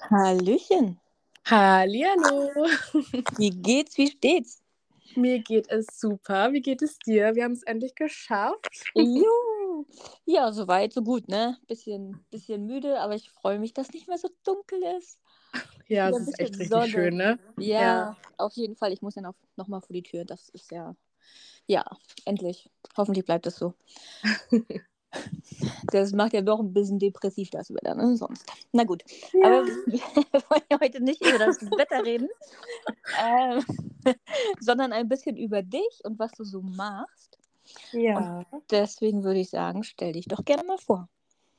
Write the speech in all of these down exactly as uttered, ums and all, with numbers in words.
Hallöchen. Hallihallo. Wie geht's, wie steht's? Mir geht es super. Wie geht es dir? Wir haben es endlich geschafft. Juhu. Ja, so weit, so gut, ne? Bisschen bisschen müde, aber ich freue mich, dass nicht mehr so dunkel ist. Ja, Wieder es 'n ist bisschen echt richtig Sonne. schön, ne? Ja. Ja, auf jeden Fall. Ich muss ja noch noch mal vor die Tür. Das ist ja ja, endlich. Hoffentlich bleibt es so. Das macht ja doch 'n bisschen depressiv, das Wetter, ne, sonst. Na gut, aber Ja. wir wollen ja heute nicht über das Wetter reden, ähm, sondern ein bisschen über dich und was du so machst. Und Ja. deswegen würde ich sagen, stell dich doch gerne mal vor.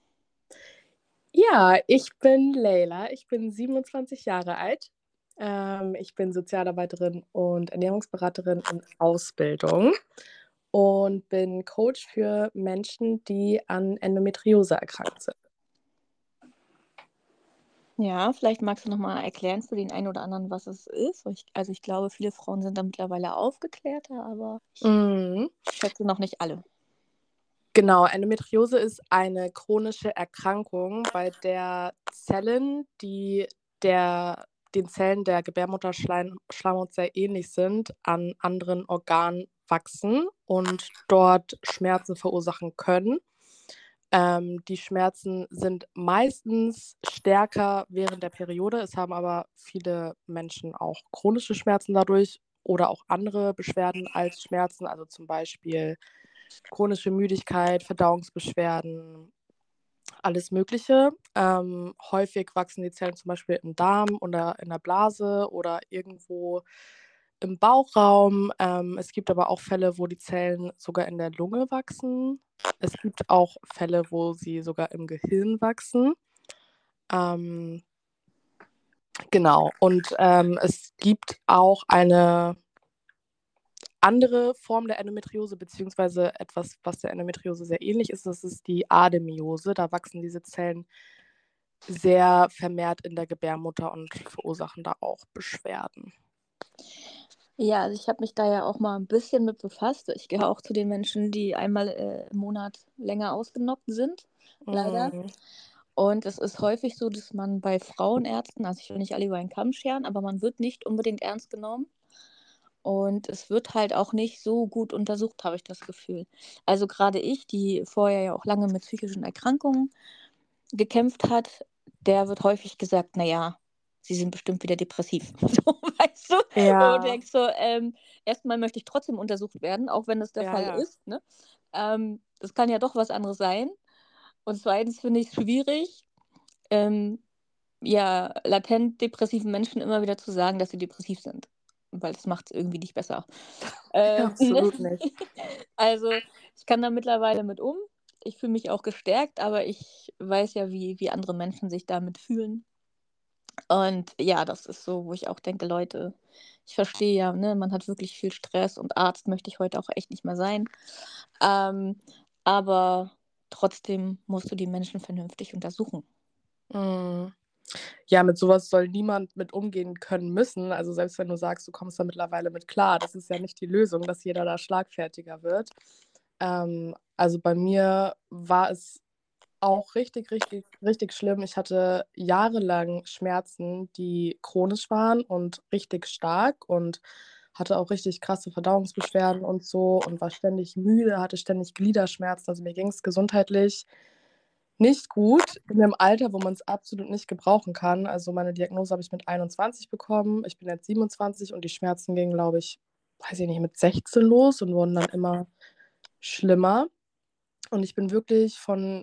Ja, ich bin Leila. Ich bin siebenundzwanzig Jahre alt. Ähm, ich bin Sozialarbeiterin und Ernährungsberaterin in Ausbildung und bin Coach für Menschen, die an Endometriose erkrankt sind. Ja, vielleicht magst du noch mal erklären für den einen oder anderen, was es ist. Ich also, ich glaube, viele Frauen sind da mittlerweile aufgeklärter, aber ich Mhm. schätze noch nicht alle. Genau, Endometriose ist eine chronische Erkrankung, bei der Zellen, die der den Zellen der Gebärmutterschleim Schleimhaut sehr ähnlich sind, an anderen Organen wachsen und dort Schmerzen verursachen können. Ähm, die Schmerzen sind meistens stärker während der Periode. Es haben aber viele Menschen auch chronische Schmerzen dadurch oder auch andere Beschwerden als Schmerzen, also zum Beispiel chronische Müdigkeit, Verdauungsbeschwerden, alles Mögliche. Ähm, häufig wachsen die Zellen zum Beispiel im Darm oder in der Blase oder irgendwo im Bauchraum. Ähm, es gibt aber auch Fälle, wo die Zellen sogar in der Lunge wachsen. Es gibt auch Fälle, wo sie sogar im Gehirn wachsen. Ähm, genau. Und, ähm, es gibt auch eine andere Form der Endometriose, beziehungsweise etwas, was der Endometriose sehr ähnlich ist, das ist die Adenomiose. Da wachsen diese Zellen sehr vermehrt in der Gebärmutter und verursachen da auch Beschwerden. Ja, also, ich habe mich da ja auch mal 'n bisschen mit befasst. Ich gehöre auch zu den Menschen, die einmal, äh, im Monat länger ausgenockt sind, leider. Mhm. Und es ist häufig so, dass man bei Frauenärzten also, ich will nicht alle über einen Kamm scheren, aber man wird nicht unbedingt ernst genommen. Und es wird halt auch nicht so gut untersucht, habe ich das Gefühl. Also, grade ich, die vorher ja auch lange mit psychischen Erkrankungen gekämpft hat, der wird häufig gesagt: „Na ja, Sie sind bestimmt wieder depressiv.“ So, weißt du? Und du Ja. denkst so, ähm, erst mal möchte ich trotzdem untersucht werden, auch wenn das der Ja, Fall ja. ist, ne? Ähm, das kann ja doch was anderes sein. Und zweitens finde ich's schwierig, ähm, ja, latent depressiven Menschen immer wieder zu sagen, dass sie depressiv sind, weil das macht's irgendwie nicht besser. Ähm, ne? Absolut nicht. Also, ich kann da mittlerweile mit um. Ich fühle mich auch gestärkt, aber ich weiß ja, wie wie andere Menschen sich damit fühlen. Und ja, das ist so, wo ich auch denke: „Leute, ich verstehe ja, ne, man hat wirklich viel Stress und Arzt möchte ich heute auch echt nicht mehr sein.“ Ähm, aber trotzdem musst du die Menschen vernünftig untersuchen. Mhm. Ja, mit so was soll niemand mit umgehen können müssen. Also, selbst wenn du sagst, du kommst da mittlerweile mit klar, das ist ja nicht die Lösung, dass jeder da schlagfertiger wird. Ähm, also, bei mir war es auch richtig, richtig, richtig schlimm. Ich hatte jahrelang Schmerzen, die chronisch waren und richtig stark und hatte auch richtig krasse Verdauungsbeschwerden und so und war ständig müde, hatte ständig Gliederschmerzen. Also, mir ging's gesundheitlich nicht gut in 'nem Alter, wo man's absolut nicht gebrauchen kann. Also, meine Diagnose habe ich mit einundzwanzig bekommen. Ich bin jetzt siebenundzwanzig und die Schmerzen gingen, glaube ich, weiß ich nicht, mit sechzehn los und wurden dann immer schlimmer. Und ich bin wirklich von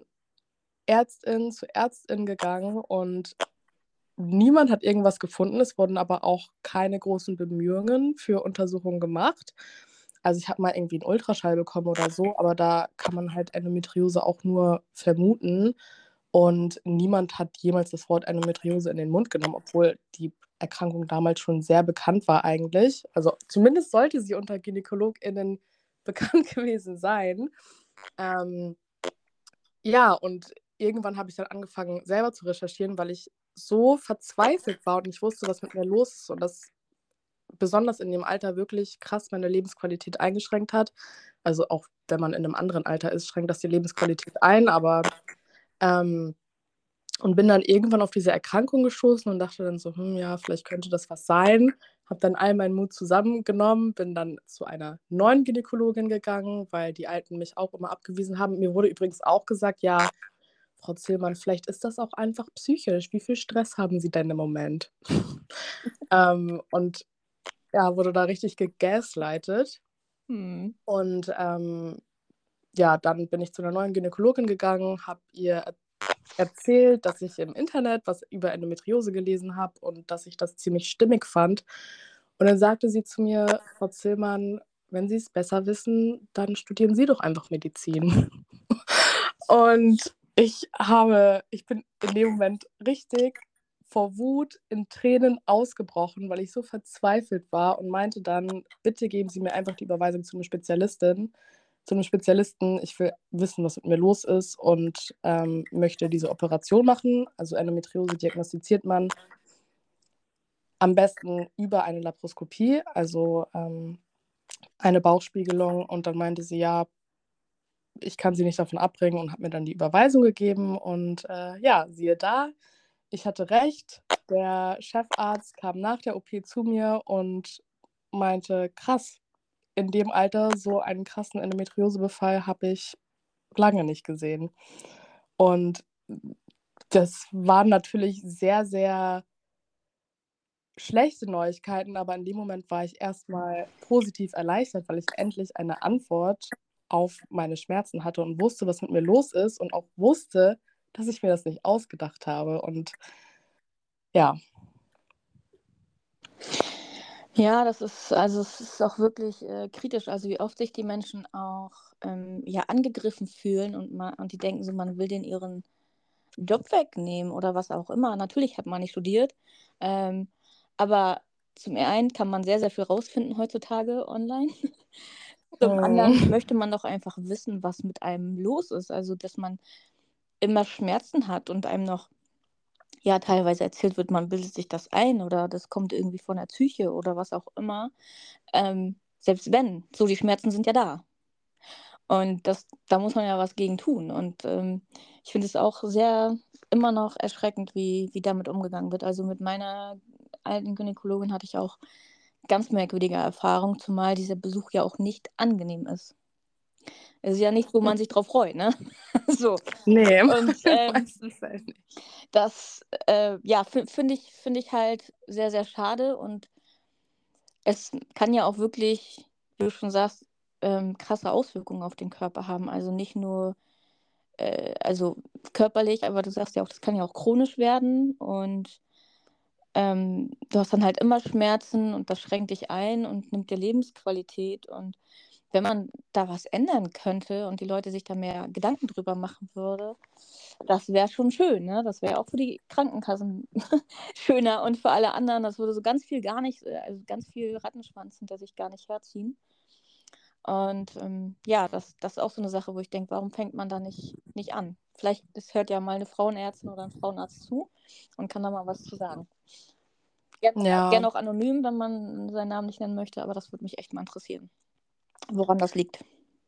Ärztin zu Ärztin gegangen und niemand hat irgendwas gefunden. Es wurden aber auch keine großen Bemühungen für Untersuchungen gemacht. Also, ich habe mal irgendwie 'n Ultraschall bekommen oder so, aber da kann man halt Endometriose auch nur vermuten. Und niemand hat jemals das Wort Endometriose in den Mund genommen, obwohl die Erkrankung damals schon sehr bekannt war eigentlich. Also, zumindest sollte sie unter GynäkologInnen bekannt gewesen sein. Ähm ja, und irgendwann habe ich dann angefangen, selber zu recherchieren, weil ich so verzweifelt war und nicht wusste, was mit mir los ist und das besonders in dem Alter wirklich krass meine Lebensqualität eingeschränkt hat. Also, auch wenn man in 'nem anderen Alter ist, schränkt das die Lebensqualität ein, aber, ähm und bin dann irgendwann auf diese Erkrankung gestoßen und dachte dann so: „Hm, ja, vielleicht könnte das was sein.“ Habe dann all meinen Mut zusammengenommen, bin dann zu einer neuen Gynäkologin gegangen, weil die alten mich auch immer abgewiesen haben. Mir wurde übrigens auch gesagt: „Ja, Frau Zillmann, vielleicht ist das auch einfach psychisch. Wie viel Stress haben Sie denn im Moment?“ Ähm, und ja, wurde da richtig gegaslightet. Mhm. Und, ähm, ja, dann bin ich zu 'ner neuen Gynäkologin gegangen, habe ihr er erzählt, dass ich im Internet was über Endometriose gelesen habe und dass ich das ziemlich stimmig fand. Und dann sagte sie zu mir: „Frau Zillmann, wenn Sie's besser wissen, dann studieren Sie doch einfach Medizin.“ Und ich habe ich bin in dem Moment richtig vor Wut in Tränen ausgebrochen, weil ich so verzweifelt war und meinte dann: „Bitte geben Sie mir einfach die Überweisung zu 'ne Spezialistin zu 'nem Spezialisten. Ich will wissen, was mit mir los ist und, ähm, möchte diese Operation machen.“ Also, Endometriose diagnostiziert man am besten über eine Laparoskopie, also, ähm, eine Bauchspiegelung. Und dann meinte sie: „Ja, ich kann Sie nicht davon abbringen“, und hat mir dann die Überweisung gegeben. Und, äh, ja, siehe da, ich hatte recht. Der Chefarzt kam nach der O P zu mir und meinte: „Krass, in dem Alter so einen krassen Endometriosebefall habe ich lange nicht gesehen.“ Und das waren natürlich sehr, sehr schlechte Neuigkeiten, aber in dem Moment war ich erst mal positiv erleichtert, weil ich endlich eine Antwort auf meine Schmerzen hatte und wusste, was mit mir los ist, und auch wusste, dass ich mir das nicht ausgedacht habe und ja. Ja, das ist also, es ist auch wirklich, äh, kritisch, also, wie oft sich die Menschen auch, ähm, ja, angegriffen fühlen und ma und die denken so, man will denen ihren Job wegnehmen oder was auch immer. Natürlich hat man nicht studiert, ähm, aber zum einen kann man sehr, sehr viel rausfinden heutzutage online. Zum anderen Mhm. möchte man doch einfach wissen, was mit einem los ist. Also, dass man immer Schmerzen hat und einem noch, ja, teilweise erzählt wird, man bildet sich das ein oder das kommt irgendwie von der Psyche oder was auch immer. Ähm, selbst wenn, so die Schmerzen sind ja da. Und das da muss man ja was gegen tun. Und, ähm, ich finde es auch sehr immer noch erschreckend, wie wie damit umgegangen wird. Also, mit meiner alten Gynäkologin hatte ich auch ganz merkwürdige Erfahrungen, zumal dieser Besuch ja auch nicht angenehm ist. Es ist ja nichts, wo man sich drauf freut, ne? So. Ne, Und, ähm, meistens halt nicht. das, äh, ja, fi finde ich finde ich halt sehr, sehr schade und es kann ja auch wirklich, wie du schon sagst, ähm, krasse Auswirkungen auf den Körper haben. Also, nicht nur, äh also, körperlich, aber du sagst ja auch, das kann ja auch chronisch werden und, ähm, du hast dann halt immer Schmerzen und das schränkt dich ein und nimmt dir Lebensqualität. Und wenn man da was ändern könnte und die Leute sich da mehr Gedanken drüber machen würde, das wäre schon schön, ne? Das wäre auch für die Krankenkassen schöner und für alle anderen. Das würde so ganz viel gar nicht äh, also, ganz viel Rattenschwanz hinter sich gar nicht herziehen. Und, ähm, ja, das das ist auch so 'ne Sache, wo ich denke: „Warum fängt man da nicht nicht an?“ Vielleicht es hört ja mal 'ne Frauenärztin oder 'n Frauenarzt zu und kann da mal was zu sagen. Gerne Ja, gerne auch anonym, wenn man seinen Namen nicht nennen möchte, aber das würde mich echt mal interessieren, woran das liegt.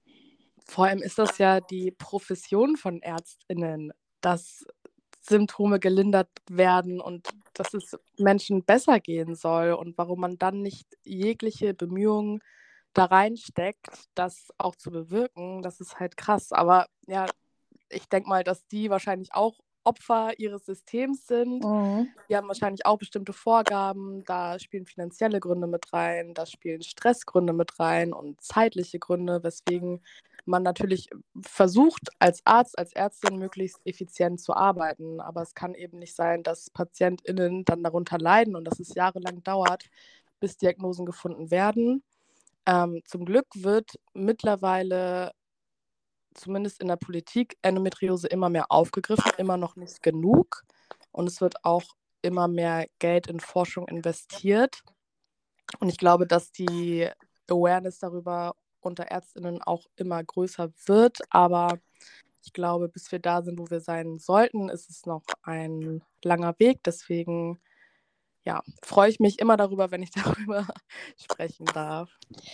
vor allem ist das ja die Profession von ÄrztInnen, dass Symptome gelindert werden und dass es Menschen besser gehen soll, und warum man dann nicht jegliche Bemühungen da reinsteckt, das auch zu bewirken, das ist halt krass. Aber ja, ich denke mal, dass die wahrscheinlich auch Opfer ihres Systems sind. Mhm. Die haben wahrscheinlich auch bestimmte Vorgaben, da spielen finanzielle Gründe mit rein, da spielen Stressgründe mit rein und zeitliche Gründe, weswegen man natürlich versucht, als Arzt, als Ärztin möglichst effizient zu arbeiten. Aber es kann eben nicht sein, dass PatientInnen dann darunter leiden und dass es jahrelang dauert, bis Diagnosen gefunden werden. Ähm, zum Glück wird mittlerweile zumindest in der Politik Endometriose immer mehr aufgegriffen, immer noch nicht genug. Und es wird auch immer mehr Geld in Forschung investiert. Und ich glaube, dass die Awareness darüber unter Ärztinnen auch immer größer wird. Aber ich glaube, bis wir da sind, wo wir sein sollten, ist es noch ein langer Weg. Deswegen, ja, freue ich mich immer darüber, wenn ich darüber sprechen darf.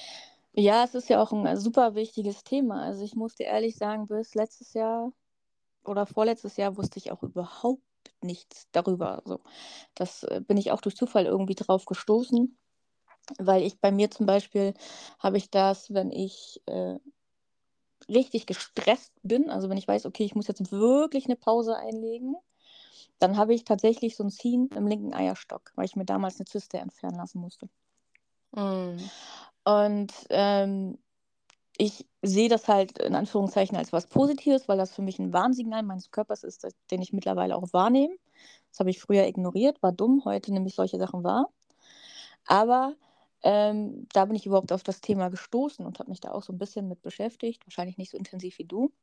Ja, es ist ja auch 'n, äh, super wichtiges Thema. Also, ich muss dir ehrlich sagen, bis letztes Jahr oder vorletztes Jahr wusste ich auch überhaupt nichts darüber. So. Das äh, bin ich auch durch Zufall irgendwie drauf gestoßen, weil ich bei mir zum Beispiel habe ich das, wenn ich äh, richtig gestresst bin, also wenn ich weiß, okay, ich muss jetzt wirklich eine Pause einlegen, dann habe ich tatsächlich so ein Ziehen im linken Eierstock, weil ich mir damals eine Zyste entfernen lassen musste. Mhm. Und ähm, ich sehe das halt in Anführungszeichen als was Positives, weil das für mich ein Warnsignal meines Körpers ist, das- den ich mittlerweile auch wahrnehme. Das habe ich früher ignoriert, war dumm, heute nehme ich solche Sachen wahr. Aber ähm, da bin ich überhaupt auf das Thema gestoßen und habe mich da auch so ein bisschen mit beschäftigt. Wahrscheinlich nicht so intensiv wie du,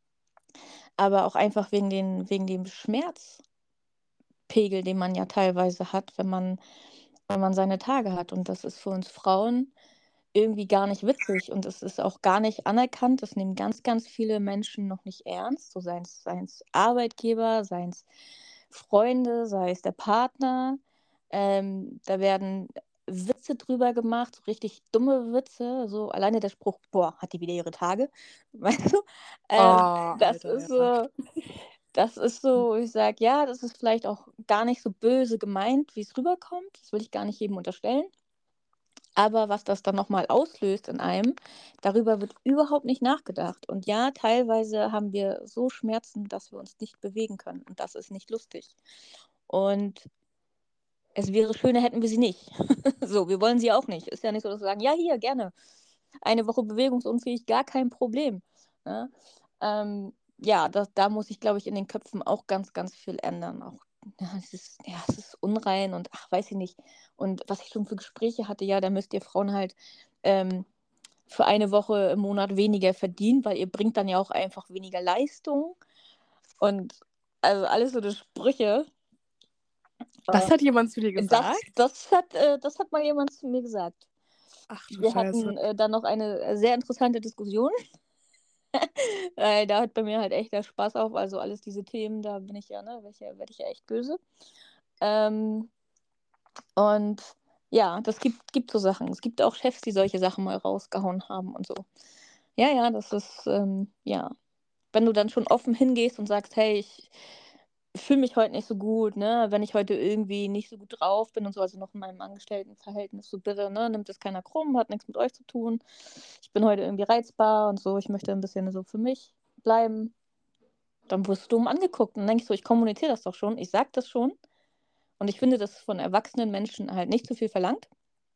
aber auch einfach wegen, den, wegen dem Schmerzpegel, den man ja teilweise hat, wenn man, wenn man seine Tage hat. Und das ist für uns Frauen irgendwie gar nicht witzig und es ist auch gar nicht anerkannt. Das nehmen ganz, ganz viele Menschen noch nicht ernst, so seien es Arbeitgeber, seien es Freunde, sei es der Partner. Ähm, da werden Witze drüber gemacht, so richtig dumme Witze, so alleine der Spruch: „Boah, hat die wieder ihre Tage?“ Weißt du? Ähm, Oh, das Alter, ist ja. so das ist so, wo ich sage, ja, das ist vielleicht auch gar nicht so böse gemeint, wie es rüberkommt. Das will ich gar nicht jedem unterstellen. Aber was das dann noch mal auslöst in einem, darüber wird überhaupt nicht nachgedacht. Und ja, teilweise haben wir so Schmerzen, dass wir uns nicht bewegen können und das ist nicht lustig. Und es wäre schöner, hätten wir sie nicht. So, wir wollen sie auch nicht. Ist ja nicht so, dass wir sagen: „Ja, hier, gerne. Eine Woche bewegungsunfähig, gar kein Problem“, ne? Ähm, ja, da da muss ich, glaube ich, in den Köpfen auch ganz, ganz viel ändern. Auch, ja, es ist ja, es ist unrein und ach, weiß ich nicht. Und was ich schon für Gespräche hatte, ja, da müsst ihr Frauen halt, ähm, für eine Woche im Monat weniger verdienen, weil ihr bringt dann ja auch einfach weniger Leistung und also alles so 'ne Sprüche. Das hat jemand zu dir Das gesagt? das hat äh, das hat mal jemand zu mir gesagt. Ach du Wir Scheiße. hatten, äh, dann noch eine, äh, sehr interessante Diskussion. Äh, da hört bei mir halt echt der Spaß auf. Also, alles diese Themen, da bin ich ja, ne, werde ich ja werde ich ja echt böse. Ähm, und ja, das gibt gibt so Sachen. Es gibt auch Chefs, die solche Sachen mal rausgehauen haben und so. Ja, ja, das ist, ähm ja. Wenn du dann schon offen hingehst und sagst: „Hey, ich fühle mich heute nicht so gut, ne? Wenn ich heute irgendwie nicht so gut drauf bin“ und so, also noch in meinem Angestelltenverhältnis, so: „Bitte, ne, nimmt es keiner krumm, hat nichts mit euch zu tun. Ich bin heute irgendwie reizbar und so, ich möchte ein bisschen so für mich bleiben.“ Dann wirst du dumm angeguckt und dann denke ich so: „Ich kommuniziere das doch schon, ich sage das schon.“ Und ich finde, das ist von erwachsenen Menschen halt nicht zu viel verlangt,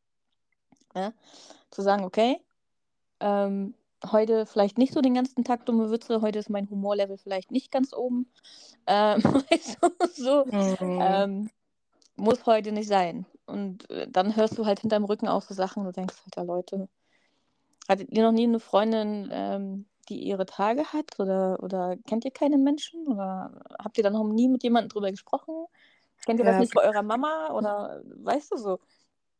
ne? Zu sagen: „Okay, ähm, heute vielleicht nicht so den ganzen Tag dumme Witze, heute ist mein Humorlevel vielleicht nicht ganz oben.“ Ähm, weißt du, so, Mhm. ähm, muss heute nicht sein. Und, äh, dann hörst du halt hinterm Rücken auch so Sachen, wo du denkst: „Alter, Leute, hattet ihr noch nie 'ne Freundin, ähm, die ihre Tage hat oder oder kennt ihr keine Menschen oder habt ihr da noch nie mit jemandem drüber gesprochen? Kennt ihr das Ja. nicht bei eurer Mama oder“ weißt du so?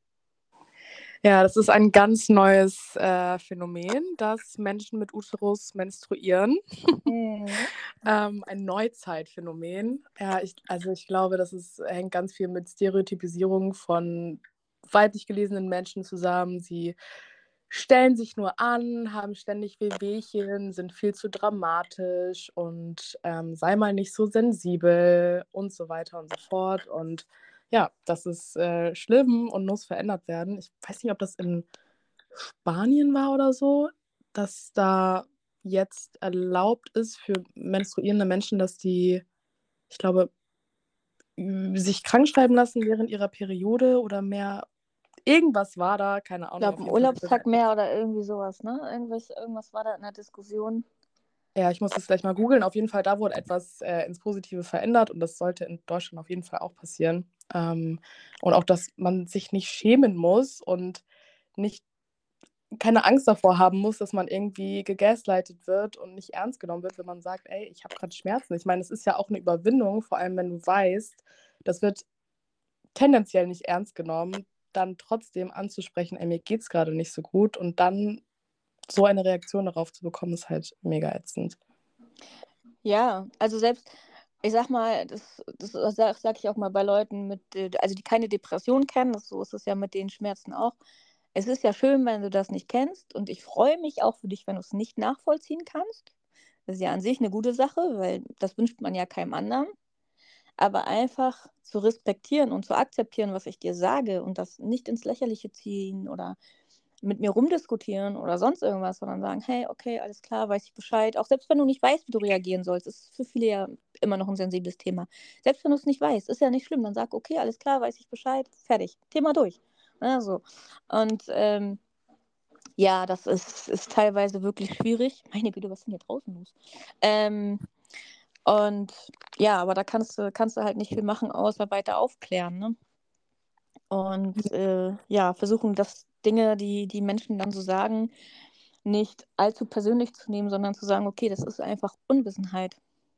Ja, das ist ein ganz neues, äh, Phänomen, dass Menschen mit Uterus menstruieren. Mhm. Ähm, ein Neuzeitphänomen. Ja, ich also, ich glaube, das ist hängt ganz viel mit Stereotypisierung von weiblich gelesenen Menschen zusammen. Sie stellen sich nur an, haben ständig Wehwehchen, sind viel zu dramatisch und, ähm, sei mal nicht so sensibel und so weiter und so fort. Und ja, das ist, äh, schlimm und muss verändert werden. Ich weiß nicht, ob das in Spanien war oder so, dass da jetzt erlaubt ist für menstruierende Menschen, dass die, ich glaube, ü sich krankschreiben lassen während ihrer Periode oder mehr irgendwas war da, keine Ich Ahnung, glaube, auf 'n jeden Fall wurde da Urlaubstag mehr oder irgendwie so was, ne? Irgendwas irgendwas war da in der Diskussion. ja, ich muss das gleich mal googeln. Auf jeden Fall, da wurde etwas, äh, ins Positive verändert und das sollte in Deutschland auf jeden Fall auch passieren. Ähm, und auch, dass man sich nicht schämen muss und nicht keine Angst davor haben muss, dass man irgendwie gegaslightet wird und nicht ernst genommen wird, wenn man sagt: „Ey, ich habe grad Schmerzen.“ Ich meine, es ist ja auch 'ne Überwindung, vor allem wenn du weißt, das wird tendenziell nicht ernst genommen, dann trotzdem anzusprechen: „Ey, mir geht's grade nicht so gut“ und dann so eine Reaktion darauf zu bekommen, ist halt mega ätzend. Ja, also selbst ich sage mal, das das sage sage ich auch mal bei Leuten mit äh, also die keine Depression kennen, das so ist es ja mit den Schmerzen auch. Es ist ja schön, wenn du das nicht kennst und ich freue mich auch für dich, wenn du's nicht nachvollziehen kannst. Das ist ja an sich 'ne gute Sache, weil das wünscht man ja keinem anderen. aber einfach zu respektieren und zu akzeptieren, was ich dir sage und das nicht ins Lächerliche ziehen oder mit mir rumdiskutieren oder sonst irgendwas, sondern sagen: „Hey, okay, alles klar, weiß ich Bescheid.“ Auch selbst wenn du nicht weißt, wie du reagieren sollst, ist für viele ja immer noch 'n sensibles Thema. Selbst wenn du's nicht weißt, ist ja nicht schlimm, dann sag: „Okay, alles klar, weiß ich Bescheid, fertig, Thema durch.“ Ne, so. Und, ähm, ja, das ist ist teilweise wirklich schwierig. Meine Güte, was ist denn hier draußen los? Ähm, und ja, aber da kannst du kannst du halt nicht viel machen, außer weiter aufklären, ne? Und, äh, ja, versuchen, dass Dinge, die die Menschen dann so sagen, nicht allzu persönlich zu nehmen, sondern zu sagen: „Okay, das ist einfach Unwissenheit.“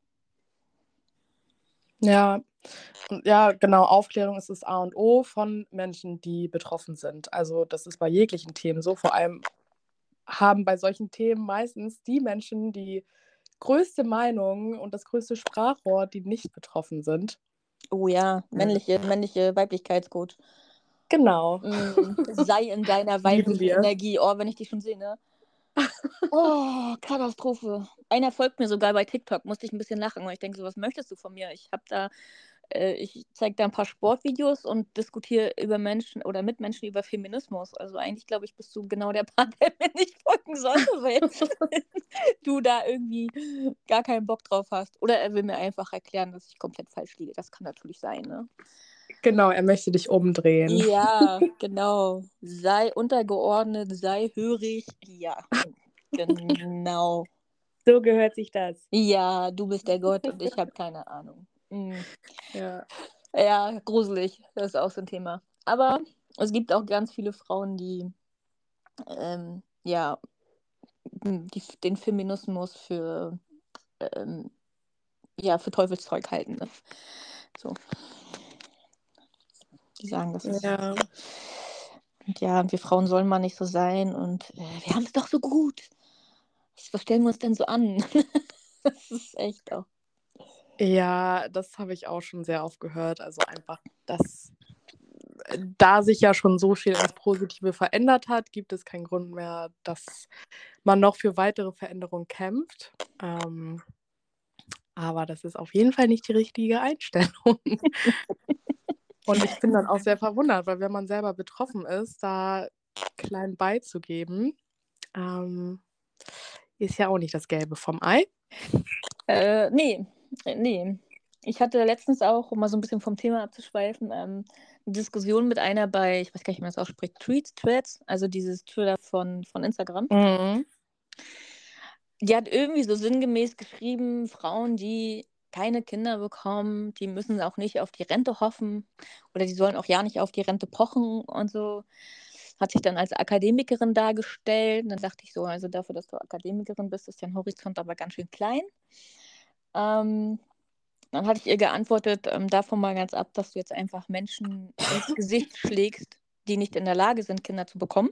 Ja, und ja, genau, Aufklärung ist das A und O von Menschen, die betroffen sind. Also, das ist bei jeglichen Themen so. Vor allem haben bei solchen Themen meistens die Menschen die größte Meinung und das größte Sprachrohr, die nicht betroffen sind. Oh ja, Ja. männliche männliche Weiblichkeitscoach. Genau. Mhm. Sei in deiner Lieben weiblichen wir. Energie. Oh, wenn ich die schon sehe, ne? Oh, Katastrophe. Einer folgt mir sogar bei TikTok, musste ich 'n bisschen lachen, weil ich denke so: „Was möchtest du von mir?“ Ich habe da äh, ich zeige da 'n paar Sportvideos und diskutiere über Menschen oder mit Menschen über Feminismus. Also, eigentlich, glaube ich, bist du genau der Part, der mir nicht folgen sollte, weil du da irgendwie gar keinen Bock drauf hast. Oder er will mir einfach erklären, dass ich komplett falsch liege. Das kann natürlich sein, ne? Genau, er möchte dich umdrehen. Ja, genau. Sei untergeordnet, sei hörig. Ja, genau. So gehört sich das. Ja, du bist der Gott und ich habe keine Ahnung. Mhm. Ja. Ja, gruselig. Das ist auch so 'n Thema. Aber es gibt auch ganz viele Frauen, die, ähm, ja, hm, die f den Feminismus für, ähm ja, für Teufelszeug halten, ne? So. Die sagen, das ist Ja. und ja, wir Frauen sollen mal nicht so sein und, äh, wir haben's doch so gut. Was stellen wir uns denn so an? Das ist echt auch Ja, das habe ich auch schon sehr oft gehört. Also, einfach, dass äh, da sich ja schon so viel ins Positive verändert hat, gibt es keinen Grund mehr, dass man noch für weitere Veränderungen kämpft. Ähm, aber das ist auf jeden Fall nicht die richtige Einstellung. Und ich bin dann auch sehr verwundert, weil wenn man selber betroffen ist, da klein beizugeben, ähm, ist ja auch nicht das Gelbe vom Ei. Äh, ne, äh, ne. Ich hatte letztens auch, um mal so 'n bisschen vom Thema abzuschweifen, ähm, 'ne Diskussion mit einer bei ich weiß gar nicht, wie man das ausspricht, Threads Threads, also dieses Twitter von von Instagram. Mhm. Die hat irgendwie so sinngemäß geschrieben, Frauen, die keine Kinder bekommen, die müssen auch nicht auf die Rente hoffen oder die sollen auch ja nicht auf die Rente pochen und so. Hat sich dann als Akademikerin dargestellt. Und dann dachte ich so: „Also dafür, dass du Akademikerin bist, ist dein Horizont aber ganz schön klein.“ Ähm, dann hatte ich ihr geantwortet, ähm: „Davon mal ganz ab, dass du jetzt einfach Menschen ins Gesicht schlägst, die nicht in der Lage sind, Kinder zu bekommen.“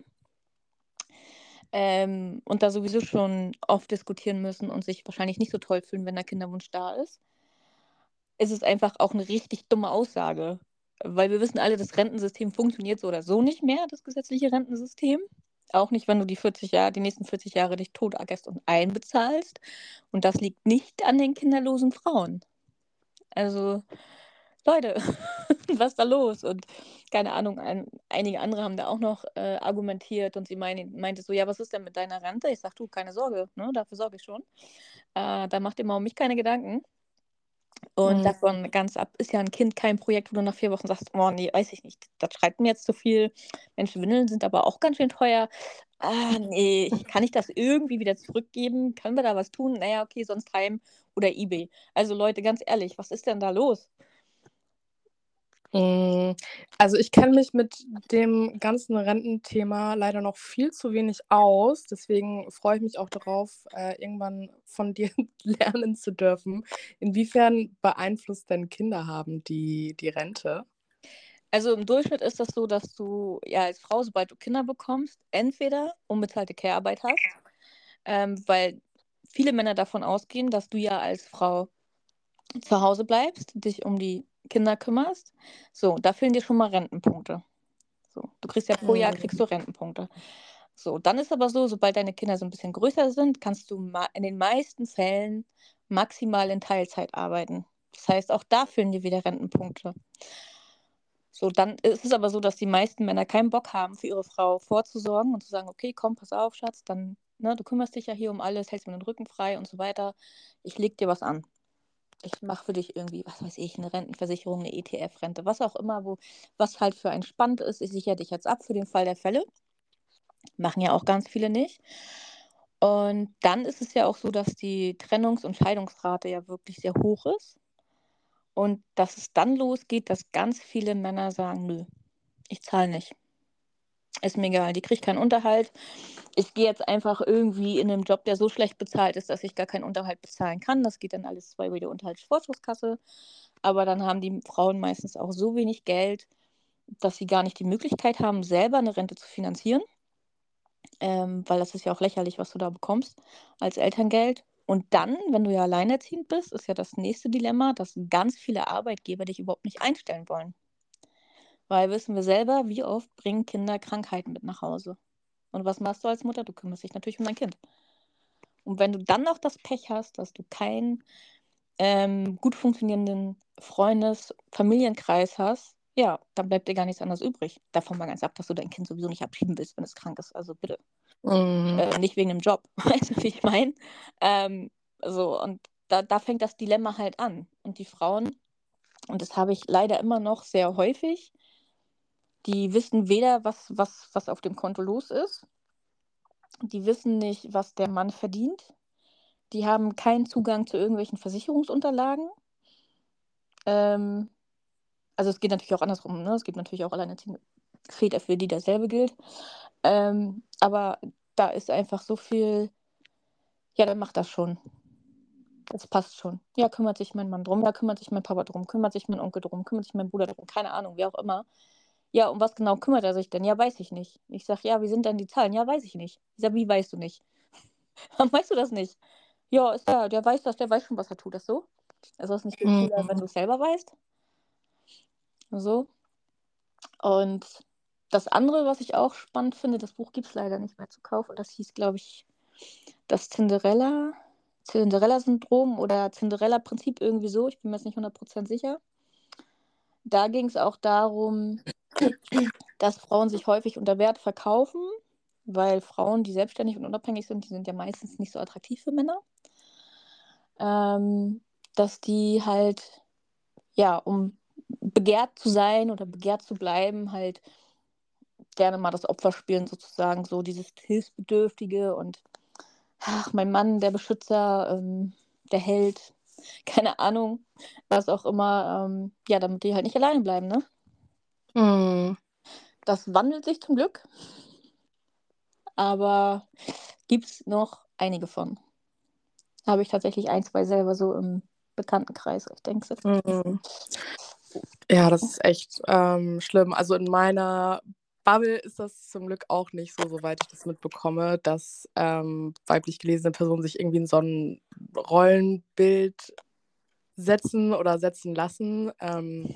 Ähm, und da sowieso schon oft diskutieren müssen und sich wahrscheinlich nicht so toll fühlen, wenn der Kinderwunsch da ist. Ist es einfach auch 'ne richtig dumme Aussage, weil wir wissen alle, das Rentensystem funktioniert so oder so nicht mehr, das gesetzliche Rentensystem. Auch nicht, wenn du die vierzig Jahr die nächsten vierzig Jahre dich totackerst und einbezahlst. Und das liegt nicht an den kinderlosen Frauen. Also, Leute, was ist da los? Und keine Ahnung, ein einige andere haben da auch noch, äh, argumentiert und sie meini meinte so: „Ja, was ist denn mit deiner Rente?“ Ich sage: „Du, keine Sorge, ne, dafür sorge ich schon. Äh, da mach dir mal um mich keine Gedanken.“ Und Mhm. davon ganz ab ist ja 'n Kind kein Projekt, wo du nach vier Wochen sagst: „Oh ne, weiß ich nicht, das schreit mir jetzt zu viel. Mensch, Windeln sind aber auch ganz schön teuer. Ah, ne, kann ich das irgendwie wieder zurückgeben? Können wir da was tun? Na ja, okay, sonst Heim oder eBay.“ Also, Leute, ganz ehrlich, was ist denn da los? Hm, also, ich kenne mich mit dem ganzen Rententhema leider noch viel zu wenig aus. Deswegen freue ich mich auch darauf, äh, irgendwann von dir lernen zu dürfen. Inwiefern beeinflusst denn Kinder haben die die Rente? Also, im Durchschnitt ist das so, dass du, ja, als Frau, sobald du Kinder bekommst, entweder unbezahlte Care-Arbeit hast, ähm, weil viele Männer davon ausgehen, dass du ja als Frau zu Hause bleibst, dich um die Kinder kümmerst. So, da fehlen dir schon mal Rentenpunkte. So, du kriegst ja pro Jahr kriegst Mhm. du Rentenpunkte. So, dann ist aber so, sobald deine Kinder so 'n bisschen größer sind, kannst du ma in den meisten Fällen maximal in Teilzeit arbeiten. Das heißt, auch da fehlen dir wieder Rentenpunkte. So, dann ist es aber so, dass die meisten Männer keinen Bock haben, für ihre Frau vorzusorgen und zu sagen: „Okay, komm, pass auf, Schatz, dann ne, du kümmerst dich ja hier um alles, hältst mir den Rücken frei und so weiter. Ich leg dir was an. Ich mache für dich irgendwie, was weiß ich, 'ne Rentenversicherung, 'ne E T F-Rente“, was auch immer, wo was halt für einen spannend ist. Ich sichere dich jetzt ab für den Fall der Fälle. Machen ja auch ganz viele nicht. Und dann ist es ja auch so, dass die Trennungs und Scheidungsrate ja wirklich sehr hoch ist. Und dass es dann losgeht, dass ganz viele Männer sagen: „Nö, ich zahle nicht. Ist mir egal, die kriegt keinen Unterhalt. Ich gehe jetzt einfach irgendwie in 'nem Job, der so schlecht bezahlt ist, dass ich gar keinen Unterhalt bezahlen kann.“ Das geht dann alles zwar über die Unterhaltsvorschusskasse, aber dann haben die Frauen meistens auch so wenig Geld, dass sie gar nicht die Möglichkeit haben, selber 'ne Rente zu finanzieren. Ähm, weil das ist ja auch lächerlich, was du da bekommst als Elterngeld. Und dann, wenn du ja alleinerziehend bist, ist ja das nächste Dilemma, dass ganz viele Arbeitgeber dich überhaupt nicht einstellen wollen. Weil wissen wir selber, wie oft bringen Kinder Krankheiten mit nach Hause? Und was machst du als Mutter? Du kümmerst dich natürlich um dein Kind. Und wenn du dann noch das Pech hast, dass du keinen, ähm, gut funktionierenden Freundes Familienkreis hast, ja, dann bleibt dir gar nichts anderes übrig. Davon mal ganz ab, dass du dein Kind sowieso nicht abschieben willst, wenn es krank ist. Also bitte. Mhm. Äh, nicht wegen dem Job. Weißt du, wie ich meine? Ähm, so, und da da fängt das Dilemma halt an. Und die Frauen, und das habe ich leider immer noch sehr häufig, die wissen weder, was was was auf dem Konto los ist. Die wissen nicht, was der Mann verdient. Die haben keinen Zugang zu irgendwelchen Versicherungsunterlagen. Ähm, also, es geht natürlich auch andersrum, ne? Es gibt natürlich auch alleinerziehende Väter, für die dasselbe gilt. Ähm, aber da ist einfach so viel: „Ja, dann mach das schon. Das passt schon. Ja, kümmert sich mein Mann drum, ja, kümmert sich mein Papa drum, kümmert sich mein Onkel drum, kümmert sich mein Bruder drum“, keine Ahnung, wer auch immer. „Ja, um was genau kümmert er sich denn?“ „Ja, weiß ich nicht.“ Ich sage: „Ja, wie sind denn die Zahlen?“ „Ja, weiß ich nicht.“ Ich sage: „Wie weißt du nicht? Warum weißt du das nicht?“ „Ja, ist ja der weiß das, der weiß schon, was er tut.“ „Ach so? Also, ist das nicht viel cooler, wenn Mhm. du's selber weißt?“ So. Und das andere, was ich auch spannend finde, das Buch gibt's leider nicht mehr zu kaufen. Das hieß, glaube ich, das Cinderella Cinderella-Syndrom oder Cinderella-Prinzip, irgendwie so. Ich bin mir jetzt nicht hundert Prozent sicher. Da ging's auch darum, dass Frauen sich häufig unter Wert verkaufen, weil Frauen, die selbstständig und unabhängig sind, die sind ja meistens nicht so attraktiv für Männer. Ähm, dass die halt, ja, um begehrt zu sein oder begehrt zu bleiben, halt gerne mal das Opfer spielen sozusagen, so dieses Hilfsbedürftige und: „Ach, mein Mann, der Beschützer, ähm, der Held“, keine Ahnung, was auch immer, ähm, ja, damit die halt nicht alleine bleiben, ne? Mhm. Das wandelt sich zum Glück. Aber gibt's noch einige von. Habe ich tatsächlich ein, zwei selber so im Bekanntenkreis, ich denke so. Mhm. Ja, das ist echt, ähm, schlimm. Also, in meiner Bubble ist das zum Glück auch nicht so, soweit ich das mitbekomme, dass, ähm, weiblich gelesene Personen sich irgendwie in so 'n Rollenbild setzen oder setzen lassen. Ähm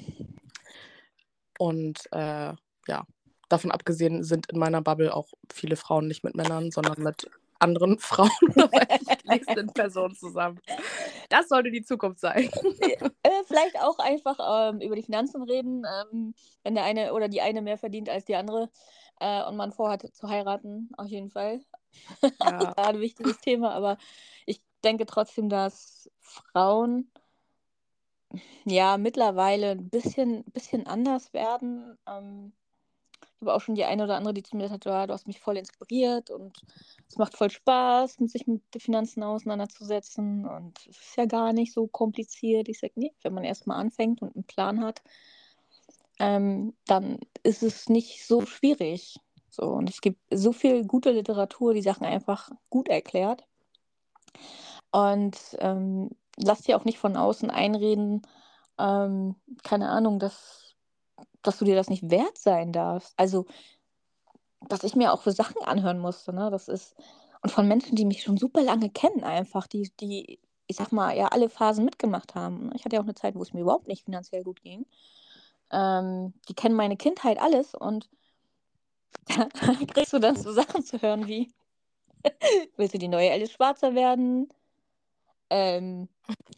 und, äh, ja, davon abgesehen sind in meiner Bubble auch viele Frauen nicht mit Männern, sondern mit anderen Frauen oder weiblich gelesenen Personen zusammen. Das sollte die Zukunft sein. Äh, äh, vielleicht auch einfach, ähm, über die Finanzen reden, ähm, wenn der eine oder die eine mehr verdient als die andere, äh, und man vorhat zu heiraten, auf jeden Fall. Ja. Ja, 'n wichtiges Thema, aber ich denke trotzdem, dass Frauen ja, mittlerweile 'n bisschen bisschen anders werden. Ähm, ich habe auch schon die eine oder andere, die zu mir gesagt hat: „Ja, du hast mich voll inspiriert und es macht voll Spaß, mit sich mit den Finanzen auseinanderzusetzen und es ist ja gar nicht so kompliziert.“ Ich sage: „Ne, wenn man erst mal anfängt und 'n Plan hat, ähm, dann ist es nicht so schwierig.“ So, und es gibt so viel gute Literatur, die Sachen einfach gut erklärt. Und, ähm, lass dir auch nicht von außen einreden, ähm, keine Ahnung, dass dass du dir das nicht wert sein darfst. Also, was ich mir auch für Sachen anhören musste, ne? Das ist und von Menschen, die mich schon super lange kennen einfach, die die, ich sage mal, ja alle Phasen mitgemacht haben, ne? Ich hatte ja auch 'ne Zeit, wo es mir überhaupt nicht finanziell gut ging. Ähm, die kennen meine Kindheit, alles und da kriegst du dann so Sachen zu hören wie: „Willst du die neue Alice Schwarzer werden?“ Ähm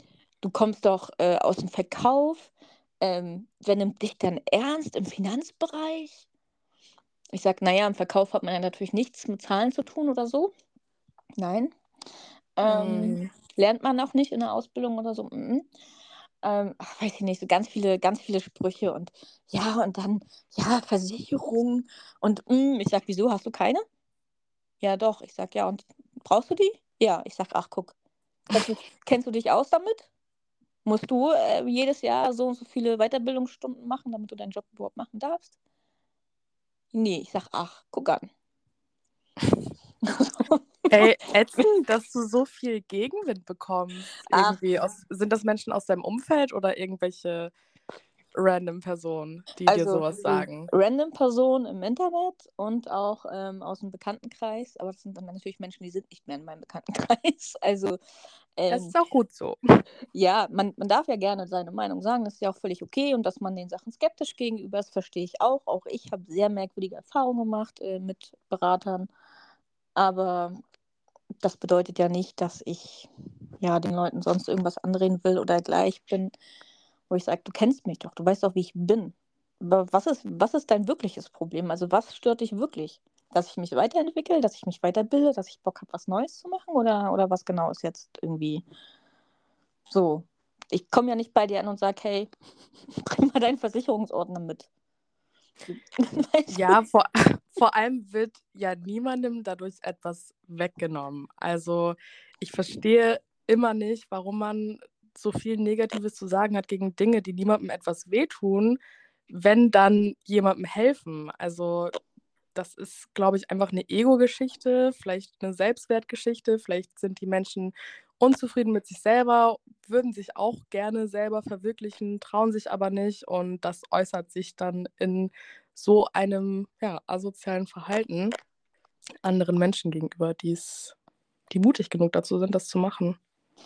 du kommst doch äh, aus dem Verkauf. Ähm, wer nimmt dich denn ernst im Finanzbereich? Ich sage, naja, im Verkauf hat man ja natürlich nichts mit Zahlen zu tun oder so. Nein. Ähm, Mhm. lernt man auch nicht in der Ausbildung oder so. Mhm. Ähm, ach, weiß ich nicht, so ganz viele, ganz viele Sprüche und ja, und dann, ja, Versicherung und mm, ich sag, wieso, hast du keine? Ja, doch. Ich sag, ja, und brauchst du die? Ja, ich sag, ach, guck, kennst du, kennst du dich aus damit? Musst du äh, jedes Jahr so und so viele Weiterbildungsstunden machen, damit du deinen Job überhaupt machen darfst? Nee, ich sag, ach, guck an. Ey, ätzend, dass du so viel Gegenwind bekommst. Ach, Irgendwie aus, sind das Menschen aus deinem Umfeld oder irgendwelche random Personen, die dir also sowas sagen? random Personen im Internet und auch ähm, aus dem Bekanntenkreis, aber das sind dann natürlich Menschen, die sind nicht mehr in meinem Bekanntenkreis. Also Das ähm, ist auch gut so. ja, man, man darf ja gerne seine Meinung sagen, das ist ja auch völlig okay und dass man den Sachen skeptisch gegenüber ist, verstehe ich auch. Auch ich habe sehr merkwürdige Erfahrungen gemacht äh, mit Beratern, aber das bedeutet ja nicht, dass ich ja den Leuten sonst irgendwas andrehen will oder gleich bin, wo ich sage, du kennst mich doch, du weißt doch, wie ich bin. Aber was ist, was ist dein wirkliches Problem? Also was stört dich wirklich? Dass ich mich weiterentwickle, dass ich mich weiterbilde, dass ich Bock habe, was Neues zu machen oder, oder was genau ist jetzt irgendwie so? Ich komme ja nicht bei dir an und sage, hey, bring mal deinen Versicherungsordner mit. Weißt du? Ja, vor, vor allem wird ja niemandem dadurch etwas weggenommen. Also ich verstehe immer nicht, warum man so viel Negatives zu sagen hat gegen Dinge, die niemandem etwas wehtun, wenn dann jemandem helfen. Also das ist, glaube ich, einfach eine Ego-Geschichte, vielleicht eine Selbstwertgeschichte. Vielleicht sind die Menschen unzufrieden mit sich selber, würden sich auch gerne selber verwirklichen, trauen sich aber nicht. Und das äußert sich dann in so einem ja, asozialen Verhalten anderen Menschen gegenüber, die's, die mutig genug dazu sind, das zu machen.